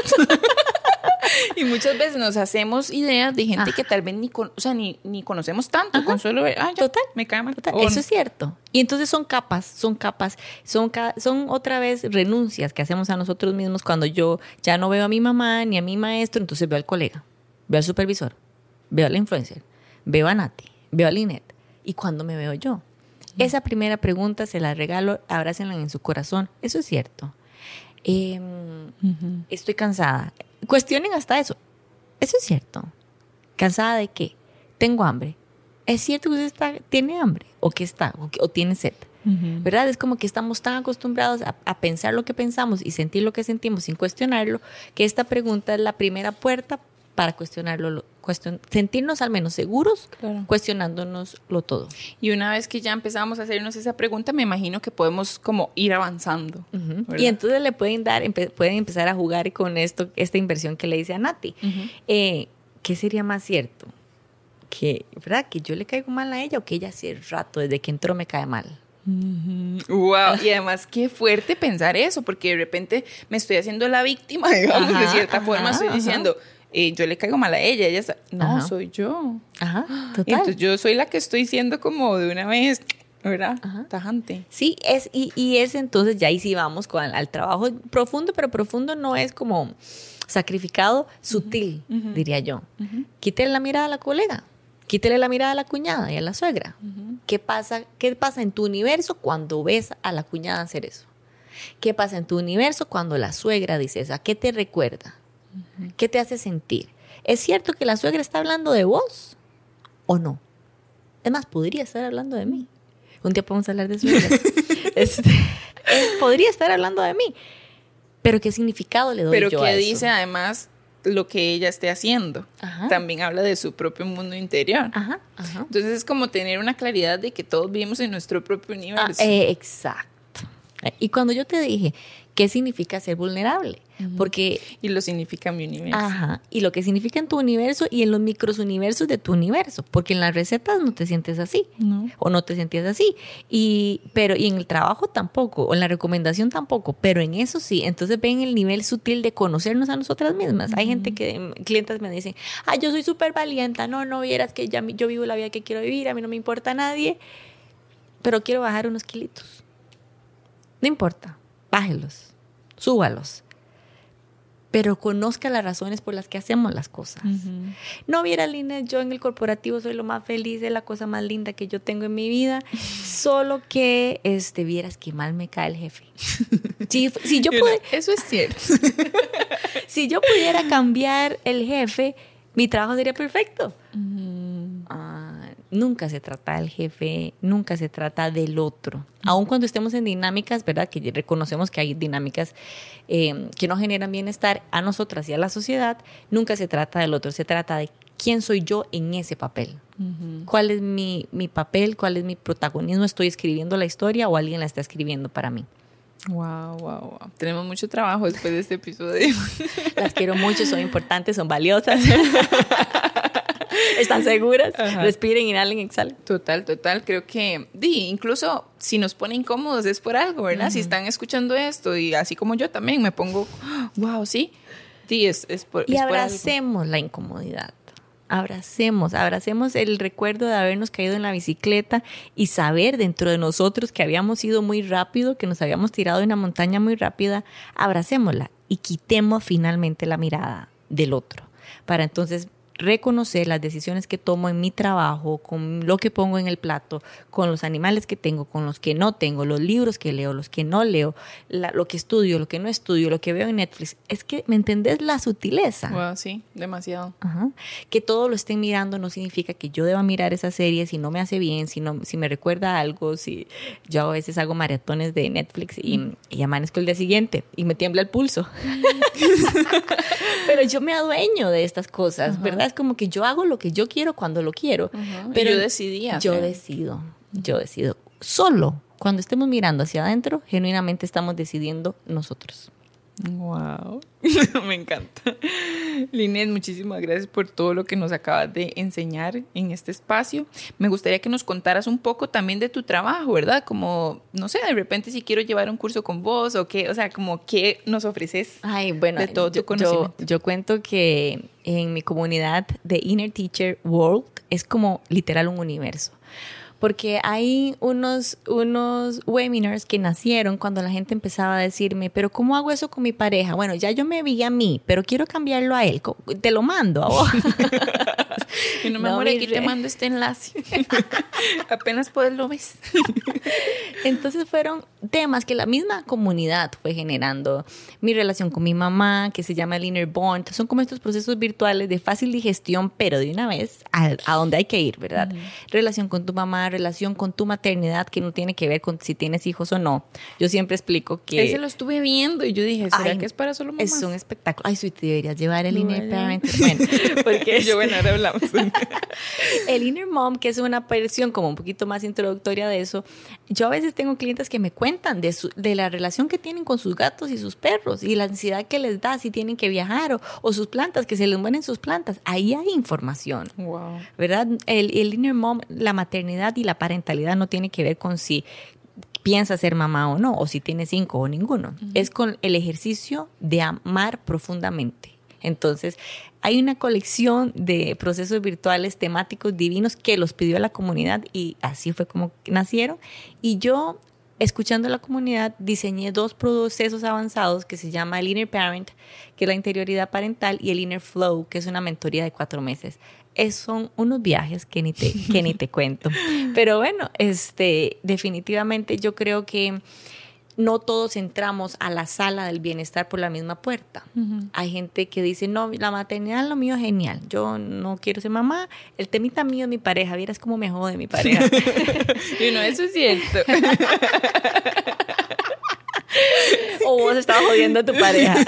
[SPEAKER 1] Y muchas veces nos hacemos ideas de gente Ajá. que tal vez ni, con, o sea, ni, ni conocemos tanto. Ajá. Con solo ver, ah, ya, total, me cae mal.
[SPEAKER 2] Total. Eso no. Es cierto. Y entonces son capas, son capas, son, ca- son otra vez renuncias que hacemos a nosotros mismos cuando yo ya no veo a mi mamá ni a mi maestro, entonces veo al colega, veo al supervisor, veo a la influencer, veo a Nati, veo a Lynette. ¿Y cuándo me veo yo? Esa primera pregunta se la regalo, abrácenla en su corazón. Eso es cierto. Eh, uh-huh. Estoy cansada. Cuestionen hasta eso. Eso es cierto. ¿Cansada de qué? Tengo hambre. ¿Es cierto que usted está, tiene hambre? ¿O que está? ¿O, que, o tiene sed? Uh-huh. ¿Verdad? Es como que estamos tan acostumbrados a, a pensar lo que pensamos y sentir lo que sentimos sin cuestionarlo, que esta pregunta es la primera puerta para cuestionarlo, cuestion, sentirnos al menos seguros, claro. Cuestionándonoslo todo.
[SPEAKER 1] Y una vez que ya empezamos a hacernos esa pregunta, me imagino que podemos como ir avanzando.
[SPEAKER 2] Uh-huh. Y entonces le pueden dar, empe- pueden empezar a jugar con esto, esta inversión que le hice a Nati. Uh-huh. Eh, ¿Qué sería más cierto? Que, ¿verdad? Que yo le caigo mal a ella o que ella hace rato, desde que entró, me cae mal.
[SPEAKER 1] Uh-huh. Wow, y además qué fuerte pensar eso, porque de repente me estoy haciendo la víctima, digamos, ajá, de cierta ajá, forma estoy ajá. diciendo... Eh, yo le caigo mal a ella, ella está, no, Ajá. soy yo.
[SPEAKER 2] Ajá, total.
[SPEAKER 1] Entonces yo soy la que estoy siendo como de una vez, ¿verdad? Ajá. Tajante.
[SPEAKER 2] Sí, es, y, y es entonces, ya ahí sí vamos con, al trabajo profundo, pero profundo no es como sacrificado, sutil, uh-huh. diría yo. Uh-huh. Quítele la mirada a la colega, quítele la mirada a la cuñada y a la suegra. Uh-huh. ¿Qué pasa, qué pasa en tu universo cuando ves a la cuñada hacer eso? ¿Qué pasa en tu universo cuando la suegra dice eso? ¿A qué te recuerda? ¿Qué te hace sentir? ¿Es cierto que la suegra está hablando de vos o no? Es más, podría estar hablando de mí. Un día podemos hablar de suegras. este, podría estar hablando de mí. Pero ¿qué significado le doy
[SPEAKER 1] Pero
[SPEAKER 2] yo
[SPEAKER 1] a eso?
[SPEAKER 2] Pero
[SPEAKER 1] ¿qué dice además lo que ella esté haciendo? Ajá. También habla de su propio mundo interior. Ajá, ajá. Entonces es como tener una claridad de que todos vivimos en nuestro propio universo.
[SPEAKER 2] Ah, eh, exacto. Y cuando yo te dije, ¿qué significa ser vulnerable? Uh-huh. Porque...
[SPEAKER 1] Y lo significa en mi universo.
[SPEAKER 2] Ajá. Y lo que significa en tu universo y en los microuniversos de tu universo. Porque en las recetas no te sientes así. No. O no te sentías así. Y, pero, y en el trabajo tampoco. O en la recomendación tampoco. Pero en eso sí. Entonces ven el nivel sutil de conocernos a nosotras mismas. Uh-huh. Hay gente que, clientes me dicen, ah, yo soy súper valiente. No, no vieras que ya yo vivo la vida que quiero vivir. A mí no me importa a nadie. Pero quiero bajar unos kilitos. No importa. Bájelos. Súbalos. Pero conozca las razones por las que hacemos las cosas. Uh-huh. No viera, Lynette, yo en el corporativo soy lo más feliz, es la cosa más linda que yo tengo en mi vida. Solo que este, vieras que mal me cae el jefe. Si, si yo pude,
[SPEAKER 1] Eso es cierto.
[SPEAKER 2] Si yo pudiera cambiar el jefe, mi trabajo sería perfecto. Uh-huh. Ah, nunca se trata del jefe, nunca se trata del otro. Uh-huh. Aun cuando estemos en dinámicas, ¿verdad? Que reconocemos que hay dinámicas eh, que no generan bienestar a nosotras y a la sociedad, nunca se trata del otro, se trata de quién soy yo en ese papel. Uh-huh. ¿Cuál es mi, mi papel? ¿Cuál es mi protagonismo? ¿Estoy escribiendo la historia o alguien la está escribiendo para mí?
[SPEAKER 1] Wow, wow, wow. Tenemos mucho trabajo después de este episodio.
[SPEAKER 2] Las quiero mucho, son importantes, son valiosas. ¿Están seguras? Ajá. Respiren, inhalen, exhalen.
[SPEAKER 1] Total, total. Creo que, di, incluso si nos pone incómodos es por algo, ¿verdad? Uh-huh. Si están escuchando esto y así como yo también me pongo, wow, sí. Sí, es, es por,
[SPEAKER 2] y
[SPEAKER 1] es
[SPEAKER 2] abracemos
[SPEAKER 1] por algo.
[SPEAKER 2] La incomodidad. Abracemos, abracemos el recuerdo de habernos caído en la bicicleta y saber dentro de nosotros que habíamos ido muy rápido, que nos habíamos tirado de una montaña muy rápida. Abracémosla y quitemos finalmente la mirada del otro para entonces reconocer las decisiones que tomo en mi trabajo, con lo que pongo en el plato, con los animales que tengo, con los que no tengo, los libros que leo, los que no leo, la, lo que estudio, lo que no estudio, lo que veo en Netflix. Es que, ¿me entendés la sutileza?
[SPEAKER 1] Wow, sí, demasiado.
[SPEAKER 2] Ajá. Que todo lo estén mirando no significa que yo deba mirar esa serie si no me hace bien, si, no, si me recuerda algo, si yo a veces hago maratones de Netflix y, mm. y amanezco el día siguiente y me tiembla el pulso. Pero yo me adueño de estas cosas, uh-huh. ¿verdad? Es como que yo hago lo que yo quiero cuando lo quiero.
[SPEAKER 1] Uh-huh.
[SPEAKER 2] Pero
[SPEAKER 1] yo decidí hacer.
[SPEAKER 2] Yo decido, yo decido. Solo cuando estemos mirando hacia adentro, genuinamente estamos decidiendo nosotros.
[SPEAKER 1] Wow, me encanta. Lynette, muchísimas gracias por todo lo que nos acabas de enseñar en este espacio. Me gustaría que nos contaras un poco también de tu trabajo, ¿verdad? Como, no sé, de repente si quiero llevar un curso con vos o qué, o sea, como qué nos ofreces.
[SPEAKER 2] Ay, bueno,
[SPEAKER 1] de todo
[SPEAKER 2] yo,
[SPEAKER 1] tu conocimiento.
[SPEAKER 2] Yo, yo cuento que en mi comunidad de Inner Teacher World es como literal un universo. Porque hay unos, unos webinars que nacieron cuando la gente empezaba a decirme, pero ¿cómo hago eso con mi pareja? Bueno, ya yo me vi a mí, pero quiero cambiarlo a él. Te lo mando a vos.
[SPEAKER 1] Y no me amor, aquí te mando este enlace. Apenas puedes lo ves.
[SPEAKER 2] Entonces fueron temas que la misma comunidad fue generando. Mi relación con mi mamá, que se llama el Inner Bond. Son como estos procesos virtuales de fácil digestión, pero de una vez a, a donde hay que ir, ¿verdad? Uh-huh. Relación con tu mamá, relación con tu maternidad, que no tiene que ver con si tienes hijos o no. Yo siempre explico que...
[SPEAKER 1] Ese lo estuve viendo y yo dije, ¿será ay, que es para solo mamás?
[SPEAKER 2] Es un espectáculo. Ay, Sweetie, deberías llevar el no, Inner Parent. Bueno, porque...
[SPEAKER 1] yo, bueno, ahora hablamos.
[SPEAKER 2] El Inner Mom, que es una versión como un poquito más introductoria de eso, yo a veces tengo clientes que me cuentan de, su, de la relación que tienen con sus gatos y sus perros y la ansiedad que les da si tienen que viajar o, o sus plantas, que se les mueren sus plantas. Ahí hay información.
[SPEAKER 1] Wow.
[SPEAKER 2] ¿Verdad? El, el Inner Mom, la maternidad y la parentalidad no tiene que ver con si piensa ser mamá o no, o si tiene cinco o ninguno. Uh-huh. Es con el ejercicio de amar profundamente. Entonces, hay una colección de procesos virtuales temáticos divinos que los pidió la comunidad y así fue como nacieron. Y yo, escuchando a la comunidad, diseñé dos procesos avanzados que se llama el Inner Parent, que es la interioridad parental, y el Inner Flow, que es una mentoría de cuatro meses. Es, son unos viajes que ni te, que ni te cuento. Pero bueno, este, definitivamente yo creo que no todos entramos a la sala del bienestar por la misma puerta. Uh-huh. Hay gente que dice, no, la maternidad lo mío es genial. Yo no quiero ser mamá. El temita mío es mi pareja. Vieras cómo me jode mi pareja.
[SPEAKER 1] Y no, eso es cierto.
[SPEAKER 2] O vos estabas jodiendo a tu pareja.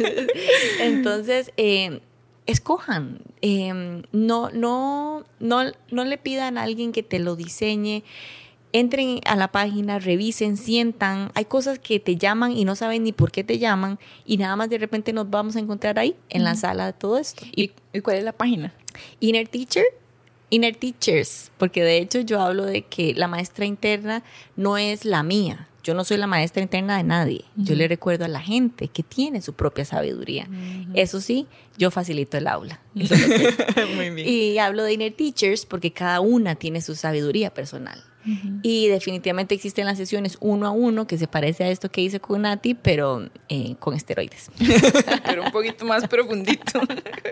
[SPEAKER 2] Entonces, eh, escojan. Eh, no, no, no, no le pidan a alguien que te lo diseñe. Entren a la página, revisen, sientan. Hay cosas que te llaman y no saben ni por qué te llaman y nada más de repente nos vamos a encontrar ahí en la sala de todo esto.
[SPEAKER 1] ¿Y, ¿y cuál es la página?
[SPEAKER 2] Inner Teacher, Inner Teachers, porque de hecho yo hablo de que la maestra interna no es la mía. Yo no soy la maestra interna de nadie. Uh-huh. Yo le recuerdo a la gente que tiene su propia sabiduría. Uh-huh. Eso sí, yo facilito el aula. Eso es lo que... Muy bien. Y hablo de Inner Teachers porque cada una tiene su sabiduría personal. Uh-huh. Y definitivamente existen las sesiones uno a uno que se parece a esto que hice con Nati, pero eh, con esteroides.
[SPEAKER 1] Pero un poquito más profundito.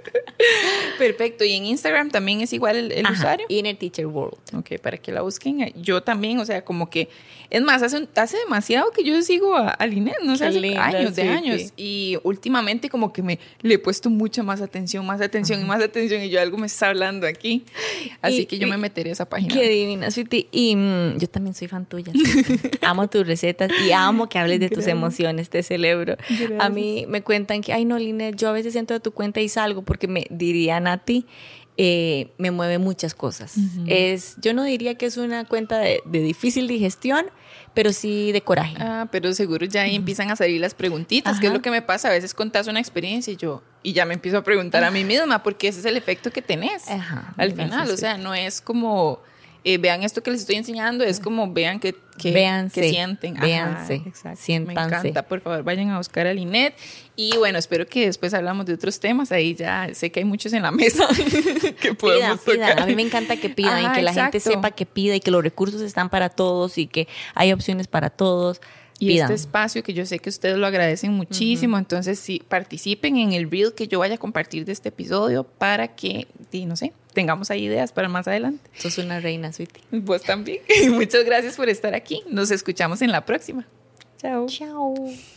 [SPEAKER 1] Perfecto. ¿Y en Instagram también es igual el, el
[SPEAKER 2] Ajá,
[SPEAKER 1] usuario?
[SPEAKER 2] Inner Teacher World.
[SPEAKER 1] Ok, para que la busquen. Yo también, o sea, como que... Es más, hace, hace demasiado que yo sigo a, a Lynette, no sé, hace linda, años, sí, de años. Sí. Y últimamente como que me le he puesto mucha más atención, más atención uh-huh. y más atención. Y yo algo me está hablando aquí. Así y, que yo y, me meteré a esa página.
[SPEAKER 2] Qué divina, Sweetie. Y mm, yo también soy fan tuya. Amo tus recetas y amo que hables de Gracias. Tus emociones. Te celebro. Gracias. A mí me cuentan que, ay no, Lynette, yo a veces entro a tu cuenta y salgo porque me dirían a ti. Eh, me mueve muchas cosas. Uh-huh. Es, yo no diría que es una cuenta de, de difícil digestión, pero sí de coraje.
[SPEAKER 1] Ah, pero seguro ya ahí uh-huh. empiezan a salir las preguntitas, Ajá. que es lo que me pasa. A veces contás una experiencia y yo, y ya me empiezo a preguntar Ajá. a mí misma, porque ese es el efecto que tenés Ajá. al final. Sí, sí. O sea, no es como... Eh, vean esto que les estoy enseñando, es como vean que, que,
[SPEAKER 2] véanse,
[SPEAKER 1] que sienten.
[SPEAKER 2] Véanse, Ajá, siéntanse.
[SPEAKER 1] Me encanta, por favor, vayan a buscar a Lynette. Y bueno, espero que después hablamos de otros temas. Ahí ya sé que hay muchos en la mesa que podemos
[SPEAKER 2] pidan,
[SPEAKER 1] tocar.
[SPEAKER 2] Pidan. A mí me encanta que pidan Ajá, y que la exacto. gente sepa que pida y que los recursos están para todos y que hay opciones para todos.
[SPEAKER 1] Y
[SPEAKER 2] pidan.
[SPEAKER 1] este espacio que yo sé que ustedes lo agradecen muchísimo, uh-huh. entonces sí, participen en el reel que yo vaya a compartir de este episodio para que, y no sé, tengamos ahí ideas para más adelante.
[SPEAKER 2] Sos una reina, Sweetie.
[SPEAKER 1] Vos también. Muchas gracias por estar aquí. Nos escuchamos en la próxima. Chao.
[SPEAKER 2] Chao.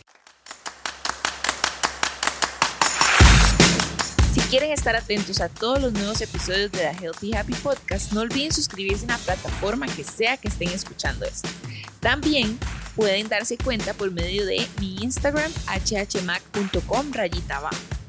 [SPEAKER 1] Si quieren estar atentos a todos los nuevos episodios de The Healthy Happy Podcast, no olviden suscribirse en la plataforma que sea que estén escuchando esto. También pueden darse cuenta por medio de mi Instagram, h h mac punto com rayita abajo.